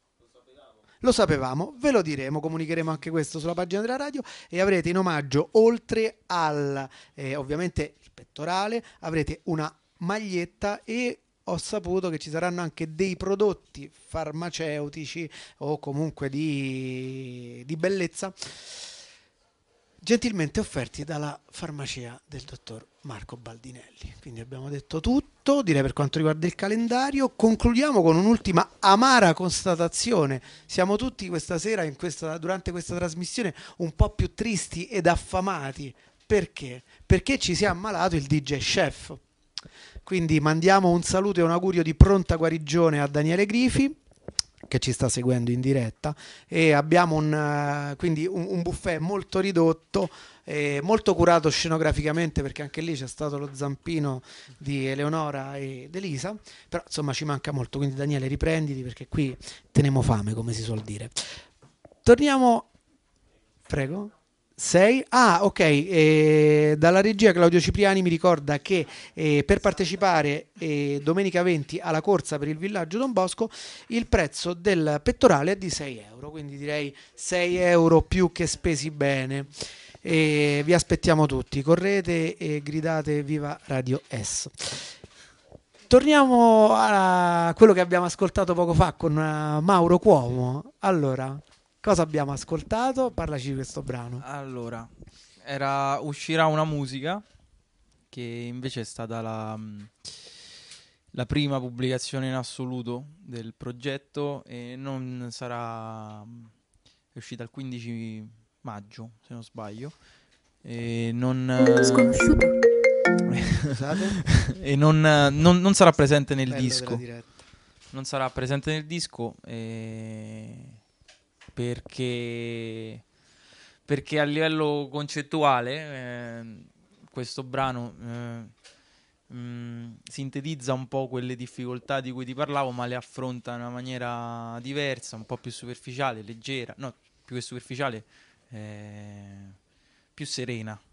Speaker 3: Lo sapevamo, ve lo diremo, comunicheremo anche questo sulla pagina della radio, e avrete in omaggio, oltre al eh, ovviamente il pettorale, avrete una maglietta, e ho saputo che ci saranno anche dei prodotti farmaceutici o comunque di, di bellezza gentilmente offerti dalla farmacia del dottor Marco Baldinelli. Quindi abbiamo detto tutto, direi, per quanto riguarda il calendario. Concludiamo con un'ultima amara constatazione: siamo tutti questa sera, in questa, durante questa trasmissione, un po' più tristi ed affamati. Perché? Perché ci si è ammalato il D J Chef. Quindi mandiamo un saluto e un augurio di pronta guarigione a Daniele Grifi, che ci sta seguendo in diretta, e abbiamo un, uh, quindi un, un buffet molto ridotto, eh, molto curato scenograficamente, perché anche lì c'è stato lo zampino di Eleonora ed Elisa, però insomma ci manca molto. Quindi Daniele, riprenditi, perché qui teniamo fame, come si suol dire. Torniamo, prego. sei Ah, ok. Eh, dalla regia Claudio Cipriani mi ricorda che eh, per partecipare eh, domenica venti alla corsa per il villaggio Don Bosco il prezzo del pettorale è di sei euro, quindi direi sei euro più che spesi bene. E vi aspettiamo tutti, correte e gridate viva Radio S. Torniamo a quello che abbiamo ascoltato poco fa con uh, Mauro Cuomo. Allora, cosa abbiamo ascoltato? Parlaci di questo brano.
Speaker 4: Allora, era, uscirà una musica che invece è stata la, la prima pubblicazione in assoluto del progetto, e non sarà, è uscita il quindici maggio, se non sbaglio, e non
Speaker 5: Sconosciuto.
Speaker 4: e non, non, non sarà presente nel
Speaker 3: Bello
Speaker 4: disco. Non sarà presente nel disco e... perché perché a livello concettuale eh, questo brano eh, mh, sintetizza un po' quelle difficoltà di cui ti parlavo, ma le affronta in una maniera diversa, un po' più superficiale, leggera, no, più che superficiale, eh, più serena.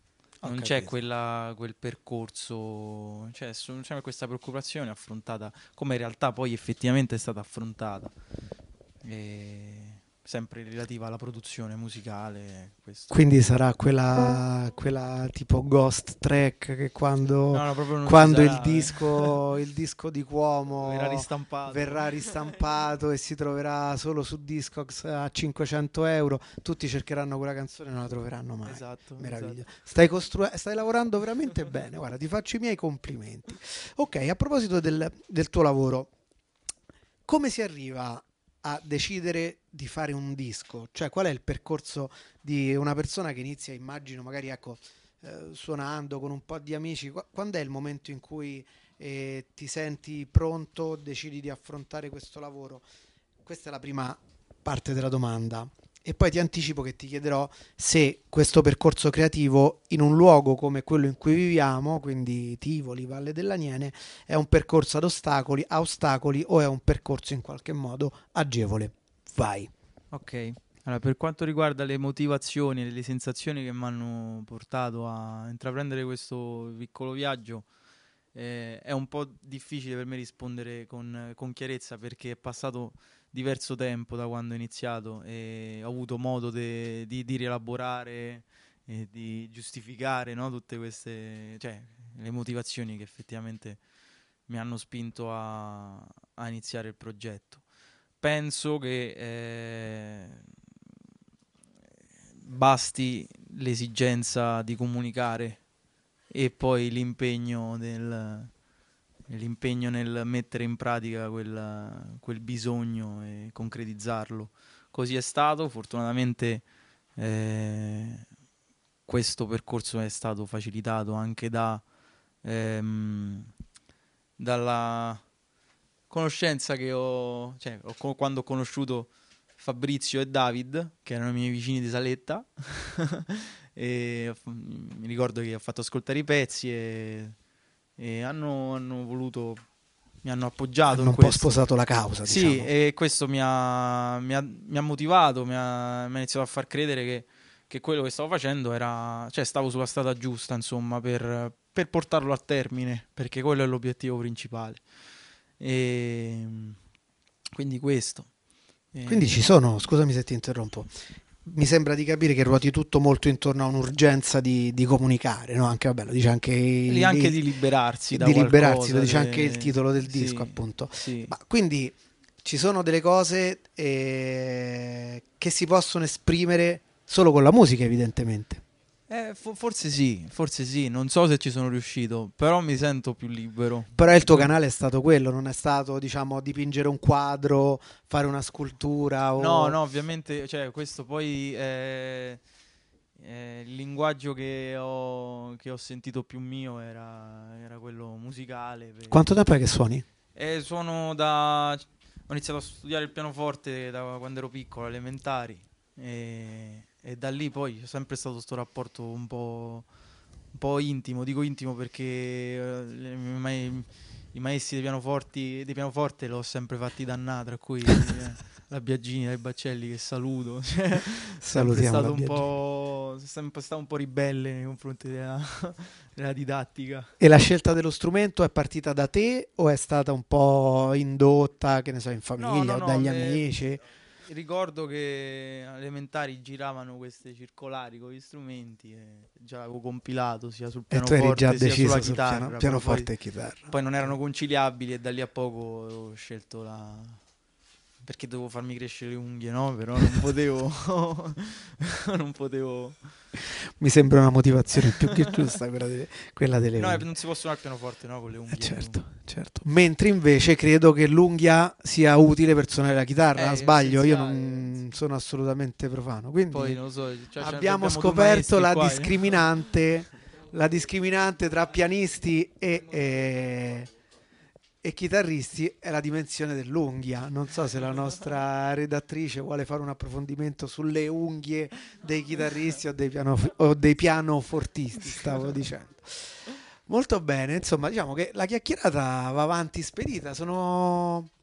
Speaker 3: Ho
Speaker 4: non c'è
Speaker 3: capito.
Speaker 4: quella, quel percorso, cioè su- c'è questa preoccupazione affrontata come in realtà poi effettivamente è stata affrontata. E sempre relativa alla produzione musicale. Questo.
Speaker 3: Quindi sarà quella, quella tipo ghost track che quando,
Speaker 4: No, no, proprio non
Speaker 3: quando
Speaker 4: ci
Speaker 3: il,
Speaker 4: sarà, eh.
Speaker 3: disco, il disco di Cuomo
Speaker 4: Verrà ristampato.
Speaker 3: verrà ristampato e si troverà solo su Discogs a cinquecento euro, tutti cercheranno quella canzone e non la troveranno mai.
Speaker 4: Esatto,
Speaker 3: Meraviglioso.
Speaker 4: esatto.
Speaker 3: Stai, costru- stai lavorando veramente bene, guarda, ti faccio i miei complimenti. Ok, a proposito del, del tuo lavoro, come si arriva a decidere di fare un disco? Cioè, qual è il percorso di una persona che inizia, immagino, magari ecco, eh, suonando con un po' di amici? Qu- quando è il momento in cui eh, ti senti pronto, decidi di affrontare questo lavoro? Questa è la prima parte della domanda. E poi ti anticipo che ti chiederò se questo percorso creativo in un luogo come quello in cui viviamo, quindi Tivoli, Valle dell'Aniene, è un percorso ad ostacoli, a ostacoli o è un percorso in qualche modo agevole. Vai.
Speaker 4: Ok, allora per quanto riguarda le motivazioni e le sensazioni che mi hanno portato a intraprendere questo piccolo viaggio, eh, è un po' difficile per me rispondere con, con chiarezza perché è passato diverso tempo da quando ho iniziato e ho avuto modo de- di, di rielaborare e di giustificare, no, tutte queste, cioè, le motivazioni che effettivamente mi hanno spinto a, a iniziare il progetto. Penso che eh, basti l'esigenza di comunicare e poi l'impegno del, l'impegno nel mettere in pratica quel, quel bisogno e concretizzarlo. Così è stato, fortunatamente eh, questo percorso è stato facilitato anche da, ehm, dalla conoscenza che ho, cioè ho co- quando ho conosciuto Fabrizio e David, che erano i miei vicini di saletta, e ho f- mi ricordo che ho fatto ascoltare i pezzi e, e hanno, hanno voluto, mi hanno appoggiato
Speaker 3: Hanno
Speaker 4: in
Speaker 3: un po'
Speaker 4: questo.
Speaker 3: sposato la causa,
Speaker 4: Sì,
Speaker 3: diciamo.
Speaker 4: e questo mi ha, mi ha- mi ha motivato, mi ha, mi ha iniziato a far credere che, che quello che stavo facendo era, cioè stavo sulla strada giusta, insomma, per, per portarlo a termine, perché quello è l'obiettivo principale. E quindi questo.
Speaker 3: Quindi
Speaker 4: E-
Speaker 3: ci sono, scusami se ti interrompo, mi sembra di capire che ruoti tutto molto intorno a un'urgenza di, di comunicare, no? Anche, vabbè, lo dice anche
Speaker 4: lì
Speaker 3: il,
Speaker 4: anche
Speaker 3: il-
Speaker 4: di liberarsi da
Speaker 3: di liberarsi, lo
Speaker 4: qualcosa.
Speaker 3: dice anche il
Speaker 4: de-
Speaker 3: titolo del disco,
Speaker 4: Sì,
Speaker 3: appunto.
Speaker 4: sì.
Speaker 3: Ma quindi ci sono delle cose eh, che si possono esprimere solo con la musica, evidentemente.
Speaker 4: Eh, fo- forse sì, forse sì, non so se ci sono riuscito, però mi sento più libero.
Speaker 3: Però il tuo
Speaker 4: Poi-
Speaker 3: canale è stato quello, non è stato, diciamo, dipingere un quadro, fare una scultura
Speaker 4: No,
Speaker 3: o...
Speaker 4: no, ovviamente, cioè, questo poi è, è il linguaggio che ho, che ho sentito più mio era, era quello musicale. per-
Speaker 3: Quanto tempo è che suoni?
Speaker 4: E sono da... Ho iniziato a studiare il pianoforte da quando ero piccolo, elementari, e, e da lì poi c'è sempre stato questo rapporto un po', un po' intimo, dico intimo perché eh, le- i, ma- i maestri dei pianoforti, dei pianoforte l'ho sempre fatti dannare, tra cui eh, la Biagini, dai Baccelli che saluto, cioè, sempre
Speaker 3: Salutiamo
Speaker 4: stato
Speaker 3: la
Speaker 4: un
Speaker 3: Biagini.
Speaker 4: po', sempre stato un po' ribelle nei confronti della, della didattica.
Speaker 3: E la scelta dello strumento è partita da te o è stata un po' indotta, che ne so, in
Speaker 4: No,
Speaker 3: famiglia
Speaker 4: no,
Speaker 3: o
Speaker 4: no,
Speaker 3: dagli
Speaker 4: me-
Speaker 3: amici?
Speaker 4: ricordo che alle elementari giravano queste circolari con gli strumenti e già l'avevo compilato sia sul
Speaker 3: E tu eri già
Speaker 4: pianoforte sia sulla
Speaker 3: deciso sul
Speaker 4: chitarra,
Speaker 3: piano,
Speaker 4: però
Speaker 3: pianoforte
Speaker 4: poi,
Speaker 3: e chitarra.
Speaker 4: poi non erano conciliabili e da lì a poco ho scelto la... perché dovevo farmi crescere le unghie, no? Però non potevo... non potevo...
Speaker 3: Mi sembra una motivazione più che giusta quella delle, quella delle
Speaker 4: No, eh,
Speaker 3: unghie.
Speaker 4: non si può suonare il pianoforte, no? Con le
Speaker 3: Eh,
Speaker 4: unghie.
Speaker 3: certo, certo. Mentre invece credo che l'unghia sia utile per suonare la chitarra.
Speaker 4: Eh,
Speaker 3: Sbaglio, io
Speaker 4: essenziale,
Speaker 3: non sono assolutamente profano. Quindi
Speaker 4: Poi non lo so, cioè, cioè,
Speaker 3: abbiamo
Speaker 4: due
Speaker 3: scoperto
Speaker 4: maestri
Speaker 3: la
Speaker 4: qua, eh.
Speaker 3: discriminante, la discriminante tra pianisti e, e- e chitarristi è la dimensione dell'unghia. Non so se la nostra redattrice vuole fare un approfondimento sulle unghie dei chitarristi o dei, piano, o dei pianofortisti, stavo dicendo. Molto bene, insomma, diciamo che la chiacchierata va avanti spedita. Sono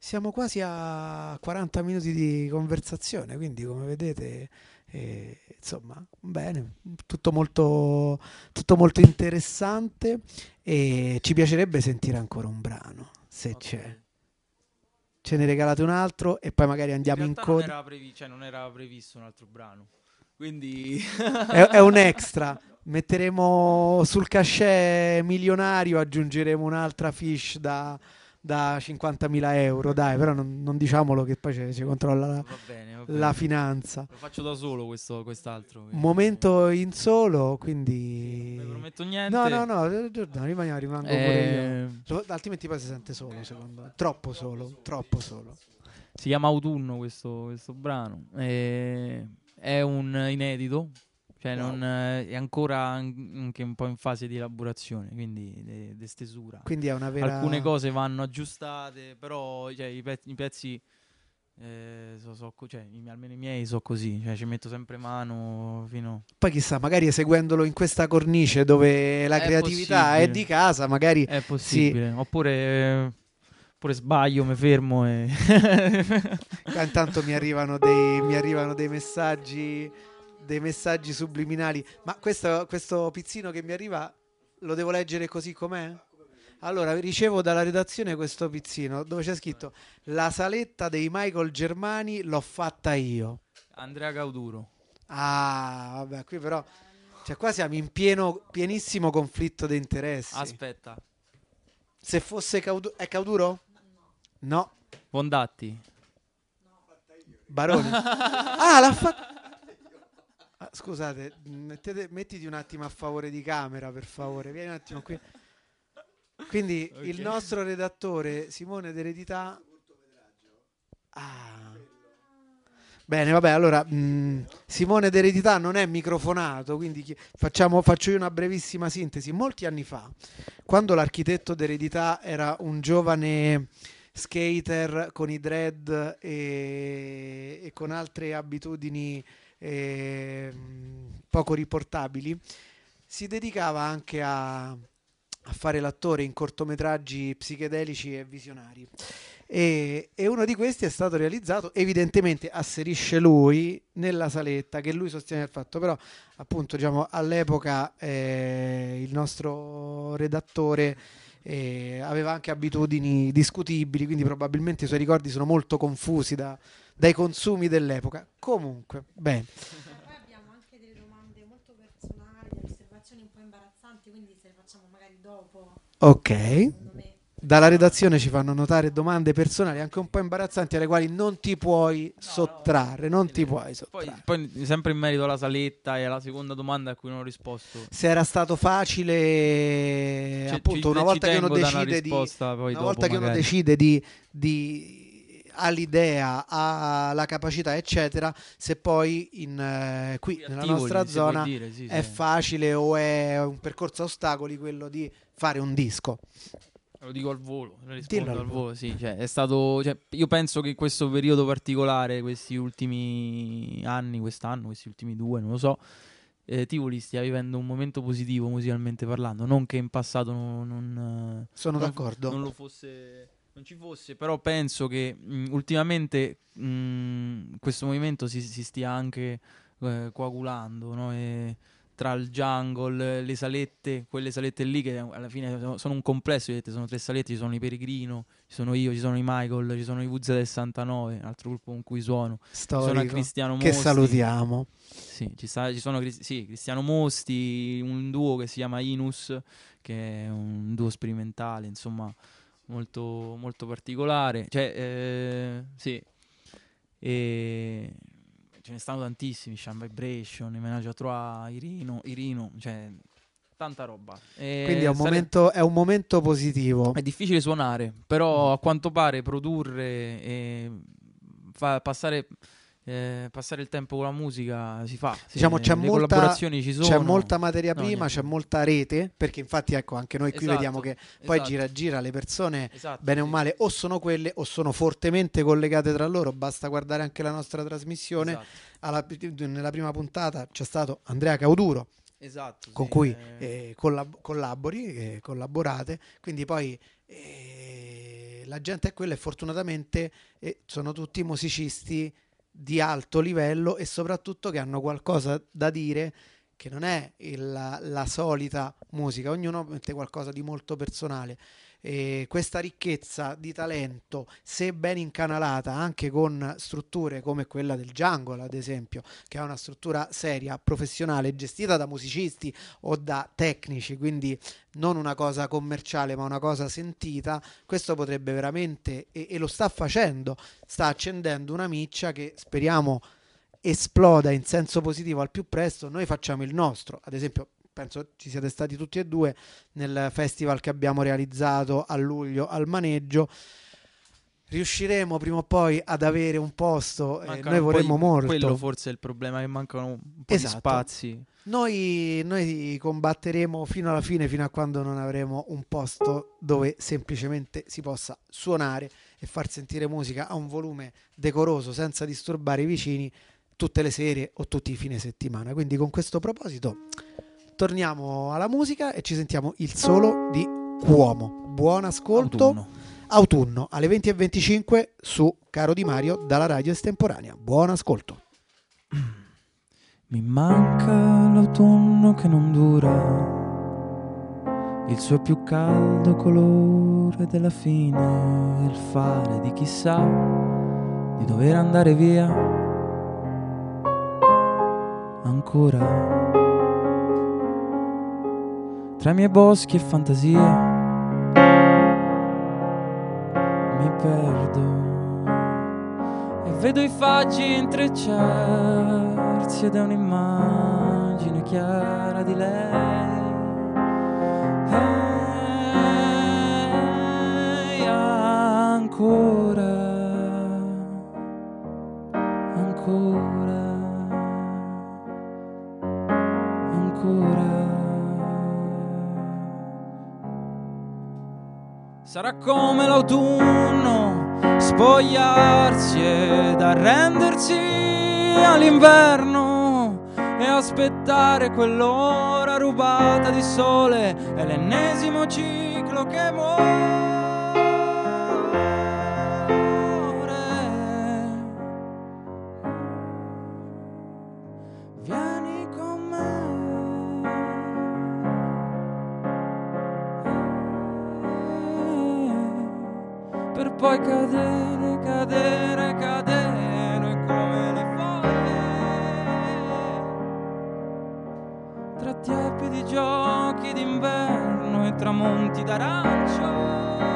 Speaker 3: siamo quasi a quaranta minuti di conversazione, quindi come vedete, eh, insomma, bene, tutto molto, tutto molto interessante e ci piacerebbe sentire ancora un brano, se
Speaker 4: Ok.
Speaker 3: c'è. Ce ne regalate un altro e poi magari andiamo in,
Speaker 4: in realtà non
Speaker 3: coda.
Speaker 4: era, previ- cioè, non era previsto un altro brano. Quindi
Speaker 3: È, è un extra. Metteremo sul cachet milionario, aggiungeremo un'altra fish da, da cinquantamila euro, dai, però non, non diciamolo che poi ci, ci controlla la,
Speaker 4: va bene, va bene.
Speaker 3: la finanza.
Speaker 4: Lo faccio da solo questo, quest'altro. quindi-
Speaker 3: Momento in solo,
Speaker 4: Non
Speaker 3: quindi...
Speaker 4: vi prometto niente.
Speaker 3: No, no, no, Giordano, rimaniamo, rimango pure io.
Speaker 4: Eh,
Speaker 3: Lo- Altrimenti poi si sente solo, secondo me. Troppo solo, troppo solo.
Speaker 4: Si chiama Autunno questo, questo brano. Eh, è un inedito. Cioè
Speaker 3: Wow.
Speaker 4: non, eh, è ancora an- anche un po' in fase di elaborazione, quindi di di stesura.
Speaker 3: Quindi è una vera...
Speaker 4: Alcune cose vanno aggiustate, però cioè, i, pezzi, i pezzi eh, so, so co- cioè, i- almeno i miei so così, cioè, ci metto sempre mano fino...
Speaker 3: Poi chissà, magari eseguendolo in questa cornice dove la
Speaker 4: È
Speaker 3: creatività è
Speaker 4: possibile.
Speaker 3: di casa, magari...
Speaker 4: È possibile. Oppure, oppure sbaglio, mi fermo e...
Speaker 3: Qua intanto mi arrivano dei, mi arrivano dei messaggi, dei messaggi subliminali. Ma questo, questo pizzino che mi arriva lo devo leggere così com'è? Allora, ricevo dalla redazione questo pizzino dove c'è scritto: la saletta dei Michael Germani l'ho fatta io.
Speaker 4: Andrea Cauduro.
Speaker 3: Ah, vabbè, qui però, cioè qua siamo in pieno, pienissimo conflitto di interessi.
Speaker 4: Aspetta.
Speaker 3: Se fosse Cauduro, è Cauduro? No,
Speaker 4: Fondatti.
Speaker 3: Baroni. Ah, l'ha fatta. Ah, scusate, mettete, mettiti un attimo a favore di camera, per favore. Vieni un attimo qui. Quindi
Speaker 4: Ok.
Speaker 3: il nostro redattore Simone d'Eredità. Ah. Bene, vabbè, allora mh, Simone d'Eredità non è microfonato, quindi chi- facciamo, faccio io una brevissima sintesi. Molti anni fa, quando l'architetto d'Eredità era un giovane skater con i dread e, e con altre abitudini eh, poco riportabili, si dedicava anche a, a fare l'attore in cortometraggi psichedelici e visionari. E, e uno di questi è stato realizzato, evidentemente asserisce lui, nella saletta, che lui sostiene il fatto, però appunto diciamo all'epoca eh, il nostro redattore eh, aveva anche abitudini discutibili, quindi probabilmente i suoi ricordi sono molto confusi da- dai consumi dell'epoca. Comunque, bene.
Speaker 5: Poi abbiamo anche delle domande molto personali, delle osservazioni un po' imbarazzanti, quindi se le facciamo magari dopo,
Speaker 3: Ok.
Speaker 5: secondo me.
Speaker 3: Dalla redazione ci fanno notare domande personali anche un po' imbarazzanti alle quali non ti puoi sottrarre, non ti puoi
Speaker 4: Poi,
Speaker 3: sottrarre.
Speaker 4: poi sempre in merito alla saletta e alla seconda domanda a cui non ho risposto.
Speaker 3: Se era stato facile,
Speaker 4: Ci-
Speaker 3: appunto,
Speaker 4: ci-
Speaker 3: una
Speaker 4: ci
Speaker 3: volta che uno
Speaker 4: tengo da una
Speaker 3: decide di
Speaker 4: risposta poi
Speaker 3: una
Speaker 4: dopo,
Speaker 3: volta che uno
Speaker 4: magari.
Speaker 3: decide di, di ha l'idea, ha la capacità, eccetera, se poi in, eh, qui nella
Speaker 4: Attivoli,
Speaker 3: nostra
Speaker 4: si può
Speaker 3: zona
Speaker 4: dire, sì,
Speaker 3: è
Speaker 4: sì.
Speaker 3: facile o è un percorso a ostacoli quello di fare un disco.
Speaker 4: Lo dico al volo, lo rispondo
Speaker 3: Dillo al
Speaker 4: al volo, sì, cioè, è stato, cioè, io penso che in questo periodo particolare, questi ultimi anni, quest'anno, questi ultimi due, non lo so, eh, Tivoli stia vivendo un momento positivo musicalmente parlando, non che in passato non, non,
Speaker 3: Sono
Speaker 4: non-
Speaker 3: d'accordo.
Speaker 4: non lo fosse, non ci fosse, però penso che mh, ultimamente mh, questo movimento si, si stia anche eh, coagulando, no? E tra il jungle, le salette, quelle salette lì che alla fine sono- sono un complesso, vedete, sono tre salette, ci sono i Peregrino, ci sono io, ci sono i Michael, ci sono i V Z sessantanove, un altro gruppo con cui suono, ci sono a
Speaker 3: Storico.
Speaker 4: Cristiano
Speaker 3: Che
Speaker 4: Mosti.
Speaker 3: salutiamo.
Speaker 4: Sì, ci, sta, ci sono Cris- sì, Cristiano Mosti, un duo che si chiama Inus, che è un duo sperimentale, insomma, molto, molto particolare. Cioè, eh, sì, e ce ne stanno tantissimi, Shine Vibration, i Menage à Trois, Irino, Irino, cioè, tanta roba. E
Speaker 3: Quindi è un,
Speaker 4: sare-
Speaker 3: momento, è un momento positivo.
Speaker 4: è difficile suonare, però a quanto pare produrre e fa- passare, eh, passare il tempo con la musica si fa. Sì,
Speaker 3: Diciamo, c'è
Speaker 4: le
Speaker 3: molta-
Speaker 4: collaborazioni ci sono.
Speaker 3: C'è molta materia
Speaker 4: No,
Speaker 3: prima,
Speaker 4: niente.
Speaker 3: c'è molta rete, perché infatti ecco anche noi qui
Speaker 4: Esatto,
Speaker 3: vediamo che poi
Speaker 4: esatto,
Speaker 3: gira gira le persone
Speaker 4: esatto,
Speaker 3: bene o
Speaker 4: sì.
Speaker 3: male o sono quelle o sono fortemente collegate tra loro, basta guardare anche la nostra trasmissione.
Speaker 4: Esatto,
Speaker 3: Alla- nella prima puntata c'è stato Andrea Cauduro
Speaker 4: esatto,
Speaker 3: con
Speaker 4: sì,
Speaker 3: cui
Speaker 4: eh,
Speaker 3: eh, collab- collabori, eh, collaborate, quindi poi eh, e la gente è quella, e fortunatamente eh, sono tutti musicisti di alto livello e soprattutto che hanno qualcosa da dire, che non è il- la, la solita musica, ognuno mette qualcosa di molto personale. E questa ricchezza di talento, se ben incanalata anche con strutture come quella del Jungle, ad esempio, che è una struttura seria, professionale, gestita da musicisti o da tecnici, quindi non una cosa commerciale ma una cosa sentita, questo potrebbe veramente, e, e lo sta facendo, sta accendendo una miccia che speriamo esploda in senso positivo al più presto. Noi facciamo il nostro, ad esempio penso ci siete stati tutti e due nel festival che abbiamo realizzato a luglio al Maneggio. Riusciremo prima o poi ad avere un posto, eh,
Speaker 4: Mancano
Speaker 3: noi
Speaker 4: un po'
Speaker 3: vorremmo
Speaker 4: i-
Speaker 3: molto.
Speaker 4: Quello forse è il problema, che mancano un po'
Speaker 3: Esatto.
Speaker 4: di spazi.
Speaker 3: Noi, noi combatteremo fino alla fine, fino a quando non avremo un posto dove semplicemente si possa suonare e far sentire musica a un volume decoroso senza disturbare i vicini tutte le sere o tutti i fine settimana. Quindi con questo proposito torniamo alla musica e ci sentiamo il solo di Cuomo. Buon ascolto.
Speaker 4: Autunno.
Speaker 3: Autunno alle venti e venticinque su Caro Di Mario dalla radio estemporanea. Buon ascolto.
Speaker 4: Mi manca l'autunno che non dura, il suo più caldo colore della fine, il fare di chissà di dover andare via ancora. Tra i miei boschi e fantasie mi perdo e vedo i faggi intrecciarsi ed è un'immagine chiara di lei. Ehi, ancora, ancora, ancora. Sarà come l'autunno, spogliarsi ed arrendersi all'inverno e aspettare quell'ora rubata di sole, è l'ennesimo ciclo che muore. Vieni con me per poi cadere, cadere, cadere come le foglie tra tiepidi giochi d'inverno e tramonti d'arancio.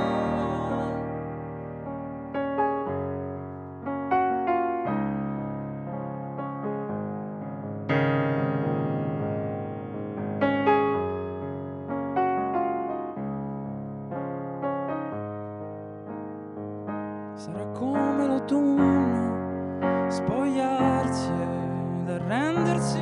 Speaker 4: Sarà come l'autunno, spogliarsi ed arrendersi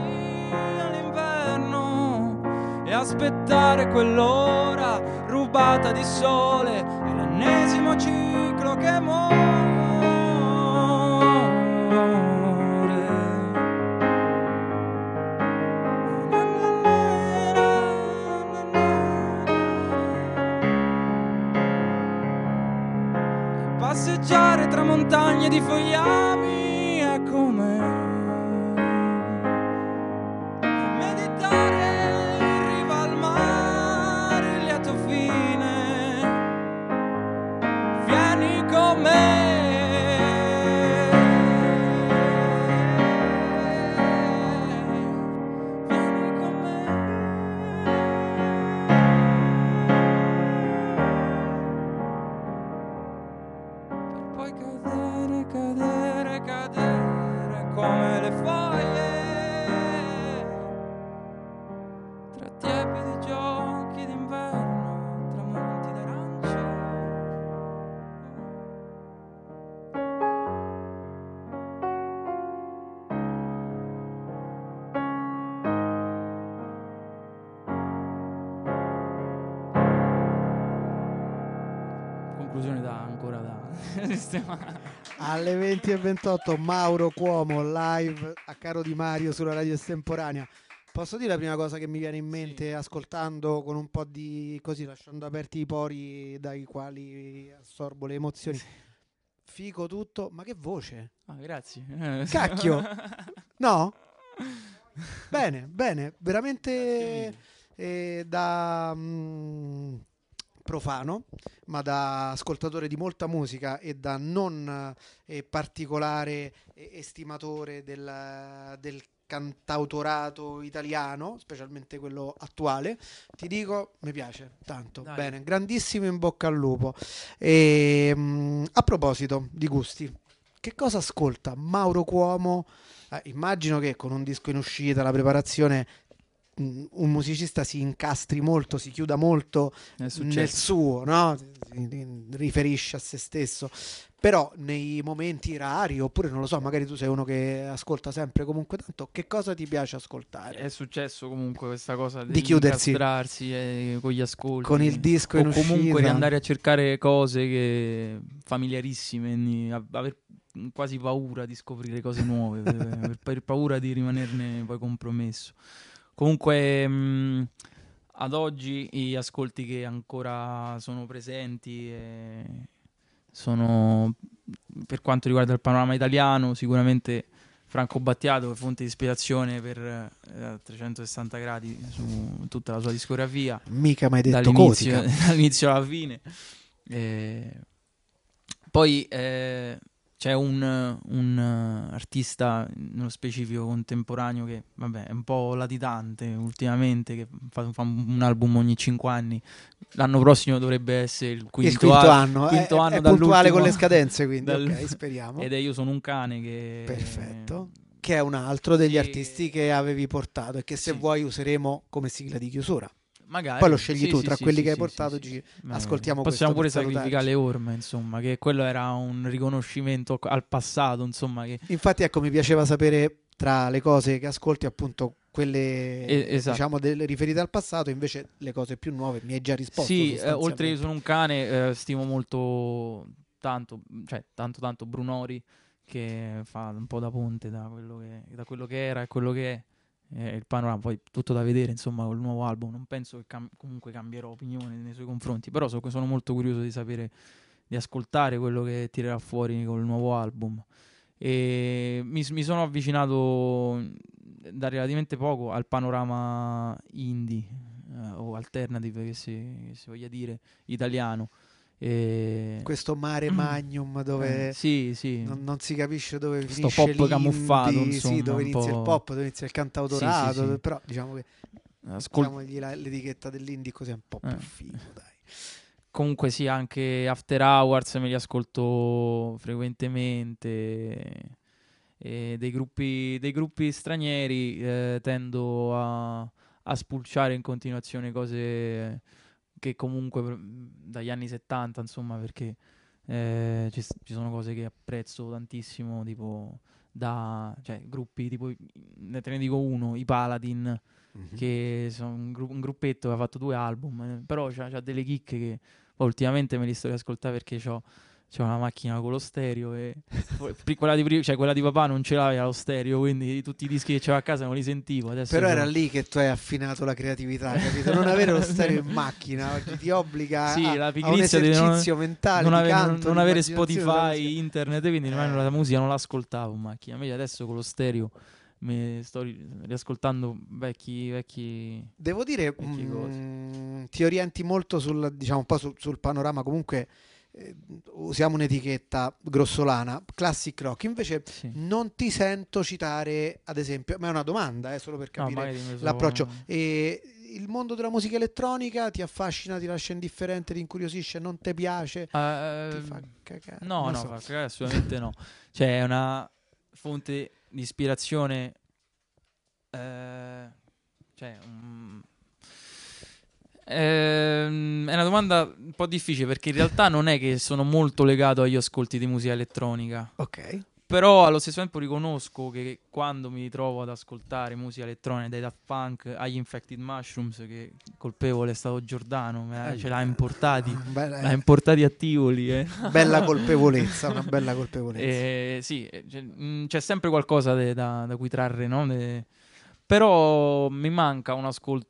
Speaker 4: all'inverno e aspettare quell'ora rubata di sole, è l'ennesimo ciclo che muore. Passeggiare tra montagne di fogliami è come meditare in riva al mare, il lieto fine. Vieni con me. Vieni con me. Poi cadere, cadere, cadere come le foglie tra tiepidi giochi d'inverno, tramonti d'arancia. Conclusione da ancora da sistemare.
Speaker 3: Alle venti e ventotto Mauro Cuomo live a Caro Di Mario sulla radio estemporanea. Posso dire la prima cosa che mi viene in mente ascoltando con un po' di così, lasciando aperti i pori dai quali assorbo le emozioni. Fico tutto, ma che voce?
Speaker 4: Ah, grazie. Eh,
Speaker 3: Cacchio! No? Bene, bene, veramente eh, da mm, profano, ma da ascoltatore di molta musica e da non eh, particolare eh, estimatore del, del cantautorato italiano, specialmente quello attuale, ti dico, mi piace tanto.
Speaker 4: Dai.
Speaker 3: Bene, grandissimo in bocca al lupo. E, mm, a proposito di gusti, che cosa ascolta Mauro Cuomo? Eh, immagino che con un disco in uscita, la preparazione, mh, un musicista si incastri molto, si chiuda molto
Speaker 4: È successo.
Speaker 3: nel suo, no? Si si riferisce a se stesso. Però nei momenti rari, oppure non lo so, magari tu sei uno che ascolta sempre comunque tanto, che cosa ti piace ascoltare?
Speaker 4: È successo comunque questa cosa
Speaker 3: Di chiudersi.
Speaker 4: incastrarsi eh, con gli ascolti,
Speaker 3: Con il disco
Speaker 4: o
Speaker 3: in
Speaker 4: comunque
Speaker 3: uscita.
Speaker 4: di andare a cercare cose che familiarissime, di a- aver quasi paura di scoprire cose nuove, per, per- per paura di rimanerne poi compromesso. Comunque mh, ad oggi gli ascolti che ancora sono presenti eh, sono, per quanto riguarda il panorama italiano, sicuramente Franco Battiato è fonte di ispirazione per eh, a trecentosessanta gradi su tutta la sua discografia,
Speaker 3: Mica mai detto
Speaker 4: dall'inizio,
Speaker 3: Cotica.
Speaker 4: dall'inizio alla fine. Eh, poi eh, c'è un, un eh, artista nello specifico contemporaneo che vabbè è un po' latitante ultimamente, che fa, fa un album ogni cinque anni. L'anno prossimo dovrebbe essere il quinto,
Speaker 3: Il quinto
Speaker 4: a-
Speaker 3: anno,
Speaker 4: quinto
Speaker 3: è,
Speaker 4: anno
Speaker 3: è puntuale
Speaker 4: dall'ultimo-
Speaker 3: con le scadenze, quindi
Speaker 4: dal-
Speaker 3: ok, speriamo.
Speaker 4: ed è Io sono un cane, che
Speaker 3: Perfetto. Che è un altro degli
Speaker 4: Sì.
Speaker 3: artisti che avevi portato e che se
Speaker 4: Sì.
Speaker 3: vuoi useremo come sigla di chiusura.
Speaker 4: magari
Speaker 3: Poi lo scegli
Speaker 4: sì,
Speaker 3: tu,
Speaker 4: sì,
Speaker 3: tra
Speaker 4: sì,
Speaker 3: quelli
Speaker 4: sì,
Speaker 3: che hai
Speaker 4: sì,
Speaker 3: portato,
Speaker 4: sì,
Speaker 3: dici,
Speaker 4: sì.
Speaker 3: ascoltiamo
Speaker 4: Possiamo
Speaker 3: questo
Speaker 4: pure
Speaker 3: per
Speaker 4: sacrificare
Speaker 3: salutarci.
Speaker 4: le orme, insomma, che quello era un riconoscimento al passato, insomma, che
Speaker 3: Infatti, ecco, mi piaceva sapere tra le cose che ascolti, appunto, quelle
Speaker 4: Eh, esatto.
Speaker 3: diciamo delle riferite al passato, invece le cose più nuove mi hai già risposto.
Speaker 4: sì, eh,
Speaker 3: sostanzialmente.
Speaker 4: oltre Io sono un cane, eh, stimo molto tanto, cioè tanto tanto Brunori, che fa un po' da ponte da quello che, da quello che era e quello che è. Eh, il panorama, poi tutto da vedere, insomma, col nuovo album. Non penso che cam- comunque cambierò opinione nei suoi confronti, però so- sono molto curioso di sapere, di ascoltare quello che tirerà fuori col nuovo album. E mi, mi sono avvicinato da relativamente poco al panorama indie eh, o alternative, che si, che si voglia dire, italiano. E...
Speaker 3: Questo mare magnum dove
Speaker 4: Eh, sì, sì.
Speaker 3: non, non si capisce dove
Speaker 4: Sto
Speaker 3: finisce
Speaker 4: pop
Speaker 3: l'indie,
Speaker 4: camuffato,
Speaker 3: sì,
Speaker 4: insomma,
Speaker 3: dove
Speaker 4: un
Speaker 3: inizia
Speaker 4: po'.
Speaker 3: il pop, dove inizia il cantautorato,
Speaker 4: Sì, sì, sì.
Speaker 3: però diciamo che
Speaker 4: Ascol-
Speaker 3: diamogli la- l'etichetta dell'indie così è un po' più
Speaker 4: Eh.
Speaker 3: figo, dai.
Speaker 4: Comunque sì, anche After Hours me li ascolto frequentemente. E dei gruppi, dei gruppi stranieri eh, tendo a, a spulciare in continuazione cose che comunque pr- dagli anni settanta, insomma, perché eh, ci, s- ci sono cose che apprezzo tantissimo, tipo da cioè, gruppi tipo, i- ne te ne dico uno, i Paladin, che sono un, gru- un gruppetto che ha fatto due album, eh, però c'ha, c'ha delle chicche che poi ultimamente me li sto riascoltando perché c'ho, c'ho una macchina con lo stereo e poi quella di, pri- cioè, quella di papà non ce l'aveva lo stereo, quindi tutti i dischi che c'avevo a casa non li sentivo. Adesso
Speaker 3: Però
Speaker 4: c'ho-
Speaker 3: era lì che tu hai affinato la creatività, capito? Non avere lo stereo in macchina oggi ti obbliga
Speaker 4: Sì,
Speaker 3: a,
Speaker 4: la
Speaker 3: a un
Speaker 4: pigrizia di non-
Speaker 3: esercizio mentale
Speaker 4: non,
Speaker 3: di
Speaker 4: ave- non-
Speaker 3: canto,
Speaker 4: non
Speaker 3: di
Speaker 4: avere
Speaker 3: immaginazione della
Speaker 4: Spotify,
Speaker 3: musica.
Speaker 4: internet, quindi
Speaker 3: Eh.
Speaker 4: la musica non l'ascoltavo in macchina. Invece adesso con lo stereo mi sto ri- riascoltando vecchi vecchi
Speaker 3: Devo dire,
Speaker 4: Vecchie
Speaker 3: mm, ti orienti molto sul, diciamo, un po' sul, sul panorama, comunque eh, usiamo un'etichetta grossolana, classic rock, invece
Speaker 4: sì.
Speaker 3: non ti sento citare, ad esempio, ma è una domanda, eh, solo per
Speaker 4: No,
Speaker 3: capire
Speaker 4: magari me so-
Speaker 3: l'approccio. E il mondo della musica elettronica ti affascina, ti lascia indifferente, ti incuriosisce, non ti piace,
Speaker 4: Eh,
Speaker 3: ti fa cagare?
Speaker 4: no,
Speaker 3: Non
Speaker 4: no,
Speaker 3: so.
Speaker 4: fa cagare assolutamente no. Cioè, è una fonte di ispirazione. eh, cioè, un- Ehm, è una domanda un po' difficile perché in realtà non è che sono molto legato agli ascolti di musica elettronica.
Speaker 3: Ok.
Speaker 4: Però allo stesso tempo riconosco che quando mi ritrovo ad ascoltare musica elettronica, dai Daft Punk agli Infected Mushrooms, che colpevole è stato Giordano, me la-
Speaker 3: Eh,
Speaker 4: ce l'ha importati,
Speaker 3: Bella,
Speaker 4: l'ha importati a Tivoli. Eh.
Speaker 3: bella colpevolezza, una bella colpevolezza.
Speaker 4: Eh, sì, eh, c'è, mm, c'è sempre qualcosa de- da, da cui trarre, no? De- Però mi manca un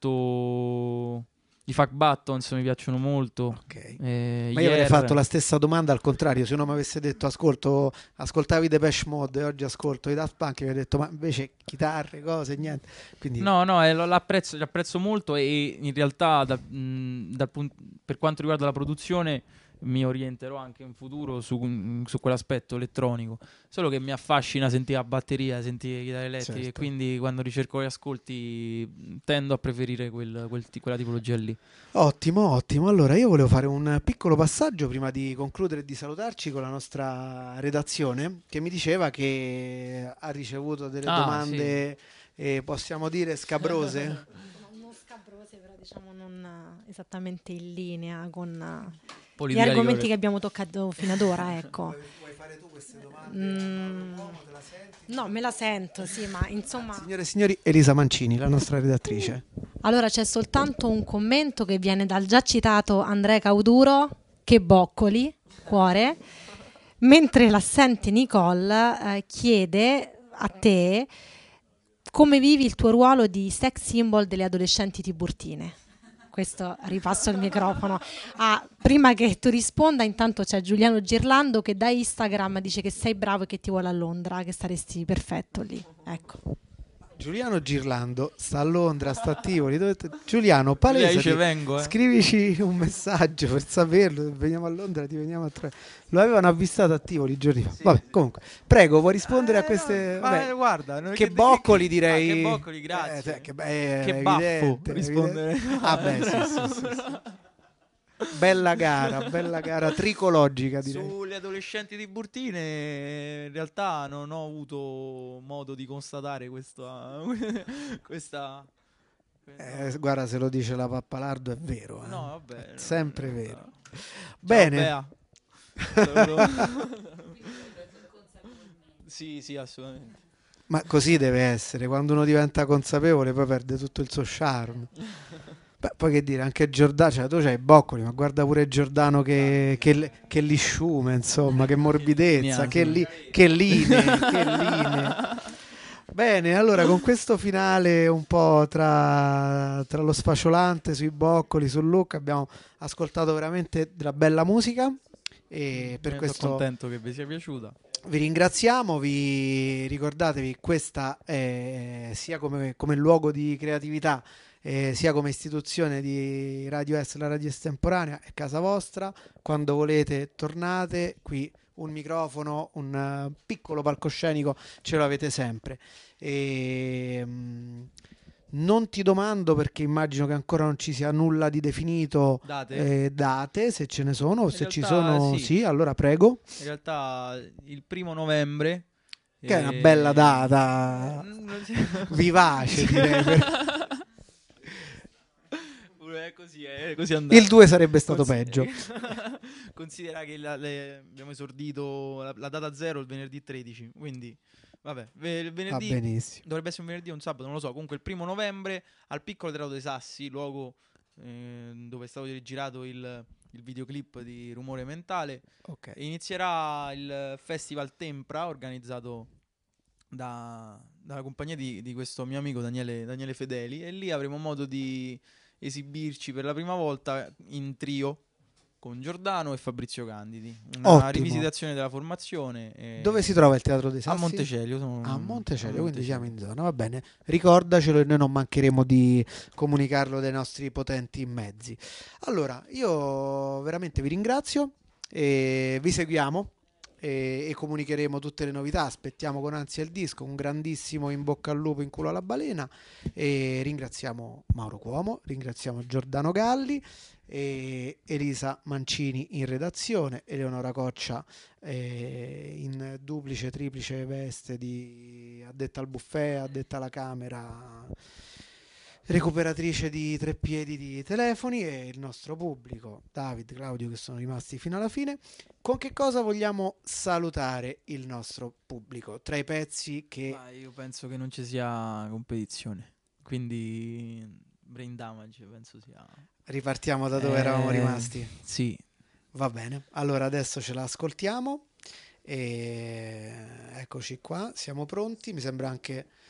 Speaker 4: ascolto. I Fuck Buttons mi piacciono molto.
Speaker 3: Ok.
Speaker 4: Eh,
Speaker 3: Ma io avrei
Speaker 4: Yer-
Speaker 3: fatto la stessa domanda al contrario, se uno mi avesse detto ascolto, ascoltavi Depeche Mode e oggi ascolto i Daft Punk, mi avrei detto ma invece chitarre, cose, niente. Quindi
Speaker 4: No, no, eh, lo- l'apprezzo, l'apprezzo molto e in realtà da- mh, dal punt- per quanto riguarda la produzione mi orienterò anche in futuro su, mh, su quell'aspetto elettronico. Solo che mi affascina sentire la batteria, sentire chitarre elettriche,
Speaker 3: Certo.
Speaker 4: e quindi quando ricerco gli ascolti mh, tendo a preferire quel- quel ti- quella tipologia lì.
Speaker 3: ottimo, ottimo. Allora io volevo fare un piccolo passaggio prima di concludere e di salutarci con la nostra redazione che mi diceva che ha ricevuto delle
Speaker 4: Ah,
Speaker 3: domande, eh, possiamo dire, scabrose.
Speaker 5: Non non scabrose, però diciamo non eh, esattamente in linea con eh, gli
Speaker 4: Politica
Speaker 5: argomenti
Speaker 4: rigore.
Speaker 5: che abbiamo toccato fino ad ora, ecco.
Speaker 3: Vuoi fare tu queste domande?
Speaker 5: Mm, no, me la sento, sì, ma insomma.
Speaker 3: Signore e signori, Elisa Mancini, la nostra redattrice.
Speaker 5: Allora c'è soltanto un commento che viene dal già citato Andrea Cauduro, che boccoli, cuore, mentre l'assente Nicole eh, chiede a te come vivi il tuo ruolo di sex symbol delle adolescenti tiburtine. Questo ripasso il microfono. Ah, prima che tu risponda, intanto c'è Giuliano Girlando che da Instagram dice che sei bravo e che ti vuole a Londra, che saresti perfetto lì. Ecco.
Speaker 3: Giuliano Girlando sta a Londra, sta a Tivoli. Dove- Giuliano,
Speaker 4: Lei
Speaker 3: palesati,
Speaker 4: dice vengo, eh.
Speaker 3: scrivici un messaggio per saperlo. Veniamo a Londra, ti veniamo a trovare. Lo avevano avvistato a Tivoli giorni fa. Vabbè, comunque, prego, vuoi rispondere a queste.
Speaker 4: Eh, ma
Speaker 3: vabbè,
Speaker 4: guarda, noi
Speaker 3: che boccoli, direi.
Speaker 4: Ah, che boccoli, grazie.
Speaker 3: Eh, te- che, beh,
Speaker 4: Che
Speaker 3: è
Speaker 4: baffo
Speaker 3: evidente,
Speaker 4: rispondere.
Speaker 3: evidente. Ah, beh, sì, sì, sì, sì. Bella gara, bella gara tricologica, direi.
Speaker 4: Sulle adolescenti di Burtine in realtà non ho avuto modo di constatare questa questa
Speaker 3: Eh, guarda, se lo dice la Pappalardo è vero. eh.
Speaker 4: no, vabbè.
Speaker 3: È sempre
Speaker 4: no, no.
Speaker 3: vero.
Speaker 4: Ciao,
Speaker 3: Bene.
Speaker 4: Bea. Saluto. Sì, sì, assolutamente.
Speaker 3: Ma così deve essere, quando uno diventa consapevole poi perde tutto il suo charme. Beh, poi che dire, anche Giordano, cioè tu c'hai i boccoli, ma guarda pure Giordano che, che, che lisciume, insomma, che morbidezza, che, li, che linee, che linee. Bene, allora con questo finale un po' tra, tra lo sfacciolante sui boccoli, sul look, abbiamo ascoltato veramente della bella musica e per
Speaker 4: Ne
Speaker 3: questo
Speaker 4: sono contento che vi sia piaciuta.
Speaker 3: vi ringraziamo, vi ricordatevi questa è sia come, come luogo di creatività eh, sia come istituzione di Radio Est, la radio estemporanea, è casa vostra, quando volete tornate, qui un microfono, un uh, piccolo palcoscenico ce l'avete sempre. E, mh, non ti domando perché immagino che ancora non ci sia nulla di definito.
Speaker 4: Date?
Speaker 3: Eh, date, se ce ne sono o
Speaker 4: In
Speaker 3: se ci
Speaker 4: realtà,
Speaker 3: sono,
Speaker 4: sì.
Speaker 3: sì, allora prego.
Speaker 4: In realtà il primo novembre
Speaker 3: Che è una
Speaker 4: eh,
Speaker 3: bella data,
Speaker 4: non si-
Speaker 3: vivace direi. per-
Speaker 4: È così, è così andato.
Speaker 3: Il due sarebbe stato
Speaker 4: Consi-
Speaker 3: peggio.
Speaker 4: Considera che la- le- abbiamo esordito la, la data zero il venerdì tredici, quindi vabbè, ve- il
Speaker 3: Va
Speaker 4: venerdì
Speaker 3: benissimo.
Speaker 4: dovrebbe essere un venerdì o un sabato, non lo so. Comunque il primo novembre al Piccolo Teatro dei Sassi, luogo eh, dove è stato girato il, il videoclip di Rumore Mentale,
Speaker 3: Ok.
Speaker 4: e inizierà il Festival Tempra organizzato da- dalla compagnia di, di questo mio amico Daniele, Daniele Fedeli, e lì avremo modo di esibirci per la prima volta in trio con Giordano e Fabrizio Candidi, una
Speaker 3: Ottimo.
Speaker 4: rivisitazione della formazione e-
Speaker 3: Dove si trova il Teatro dei
Speaker 4: a
Speaker 3: Sassi?
Speaker 4: Montecelio. sono-
Speaker 3: A Montecelio,
Speaker 4: a
Speaker 3: quindi
Speaker 4: Montecelio.
Speaker 3: siamo in zona, va bene. Ricordacelo e noi non mancheremo di comunicarlo dai nostri potenti mezzi. Allora, io veramente vi ringrazio e vi seguiamo e, e comunicheremo tutte le novità. Aspettiamo con ansia il disco, un grandissimo in bocca al lupo in culo alla balena e ringraziamo Mauro Cuomo, ringraziamo Giordano Galli e Elisa Mancini in redazione, Eleonora Coccia eh, in duplice, triplice veste di addetta al buffet, addetta alla camera, recuperatrice di tre piedi di telefoni, e il nostro pubblico, David, Claudio, che sono rimasti fino alla fine. Con che cosa vogliamo salutare il nostro pubblico? Tra i pezzi che...
Speaker 4: Ma io penso che non ci sia competizione, quindi Brain Damage penso sia...
Speaker 3: Ripartiamo da dove
Speaker 4: Eh,
Speaker 3: eravamo rimasti.
Speaker 4: Sì.
Speaker 3: Va bene, allora adesso ce la ascoltiamo e eccoci qua, siamo pronti. Mi sembra anche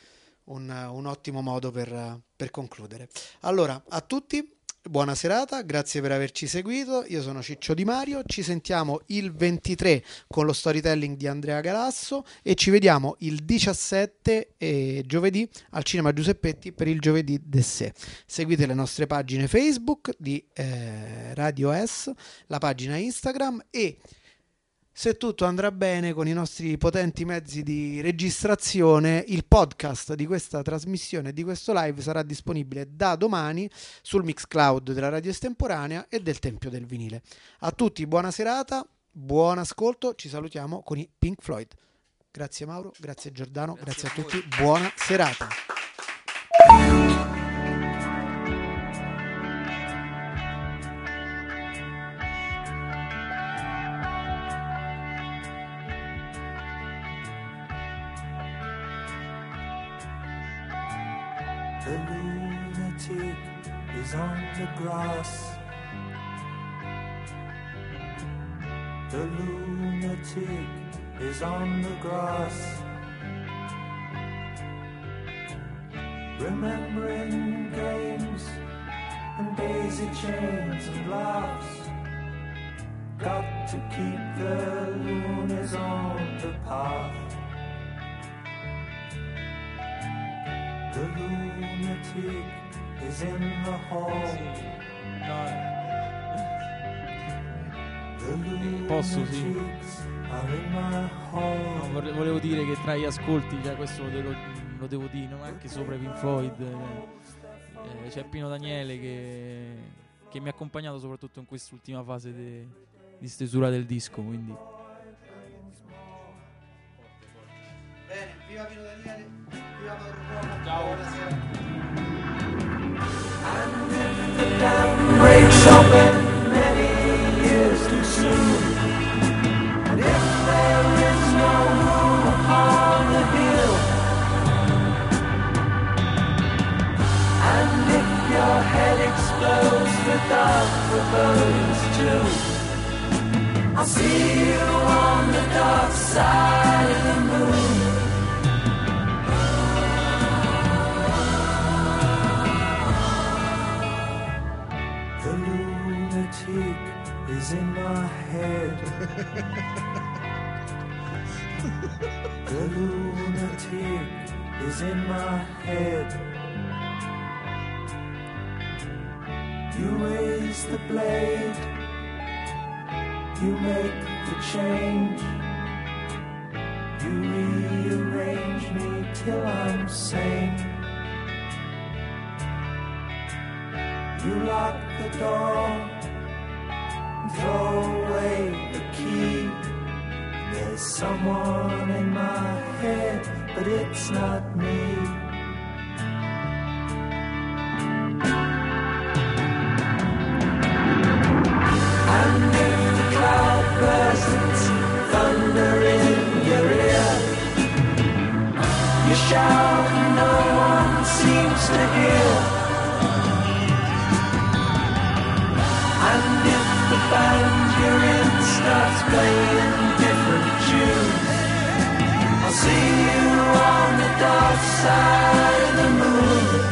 Speaker 3: un, un ottimo modo per, per concludere. Allora, a tutti buona serata, grazie per averci seguito. Io sono Ciccio Di Mario, ci sentiamo il ventitré con lo storytelling di Andrea Galasso e ci vediamo il diciassette e giovedì al Cinema Giuseppetti per il giovedì d'essè. Seguite le nostre pagine Facebook di eh, Radio S, la pagina Instagram e, se tutto andrà bene con i nostri potenti mezzi di registrazione, il podcast di questa trasmissione, di questo live, sarà disponibile da domani sul Mixcloud della Radio Estemporanea e del Tempio del Vinile. A tutti buona serata, buon ascolto, ci salutiamo con i Pink Floyd. Grazie Mauro, grazie Giordano, grazie, grazie a, a tutti, buona serata.
Speaker 6: The lunatic is on the grass. The lunatic is on the grass. Remembering games and daisy chains and laughs. Got to keep the loonies on the path. The lunatic is in the hall.
Speaker 4: Posso, sì.
Speaker 6: Are in my hall.
Speaker 4: No, vorre- volevo dire che tra gli ascolti, cioè questo lo, devo- lo devo dire, no? Anche sopra i Pink Floyd, eh, eh, c'è Pino Daniele che, che mi ha accompagnato soprattutto in quest'ultima fase de- di stesura del disco, quindi
Speaker 3: Bene, viva Pino Daniele, viva Mauro Cuomo,
Speaker 4: ciao.
Speaker 3: buonasera.
Speaker 6: The dam breaks open many years too soon. And if there is no room upon the hill, and if your head explodes, the dark burns too. I'll see you on the dark side of the moon. The lunatic is in my head. The lunatic is in my head. You raise the blade, you make the change, you rearrange me till I'm sane. You lock the door and throw away the key. There's someone in my head, but it's not me. And if the cloud bursts, thunder in your ear, you shout and no one seems to hear. And if the band you're in starts playing different tunes, I'll see you on the dark side of the moon.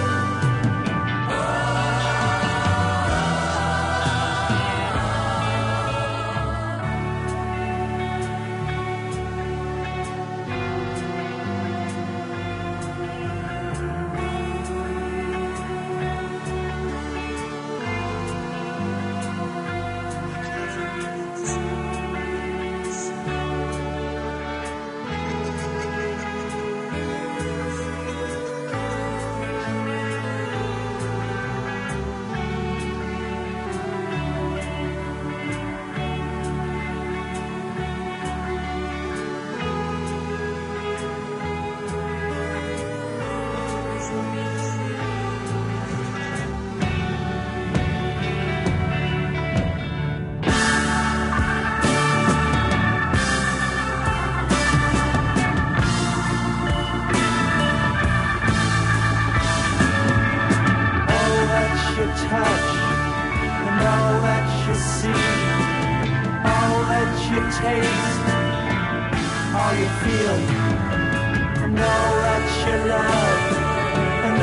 Speaker 6: Taste all you feel, and all that you love.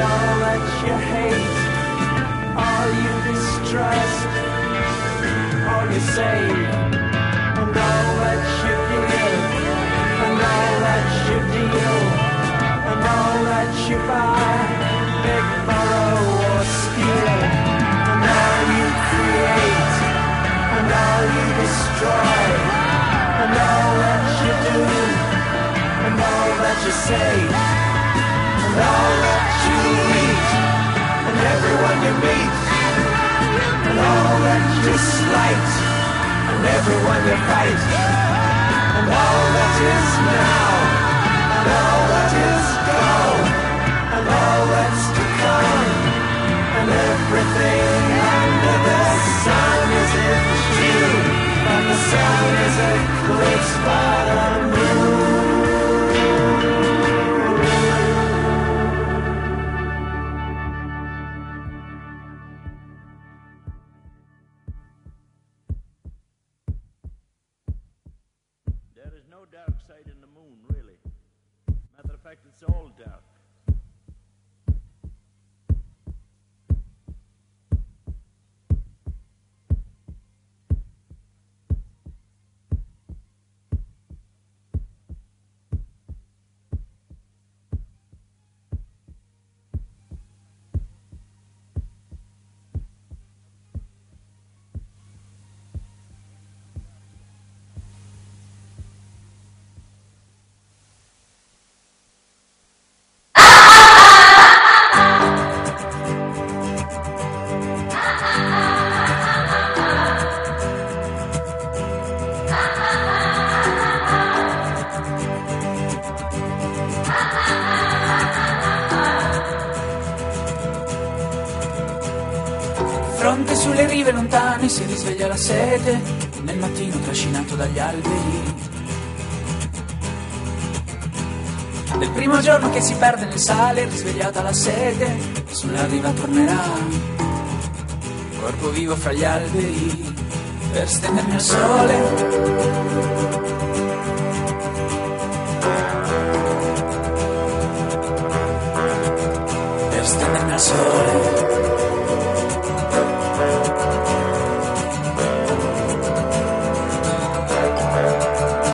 Speaker 6: all that you hate, all you distrust, all you save, and all that you give, and all that you deal, and all that you buy, beg, borrow, or steal, and all you create, and all you destroy, and all that you do, and all that you say, and all that you eat, and everyone you meet, and all that you slight, and everyone you fight, and all that is now, and all that is gone, and all that's to come, and everything under the sun is in June, but the sun is eclipsed by the moon.
Speaker 7: There is no dark side in the moon, really. Matter of fact, it's all dark.
Speaker 8: Fronte sulle rive lontane si risveglia la sete, nel mattino trascinato dagli alberi. Del primo giorno che si perde nel sale, risvegliata la sete, sulla riva tornerà, corpo vivo fra gli alberi, per stendermi al sole. Per stendermi al sole.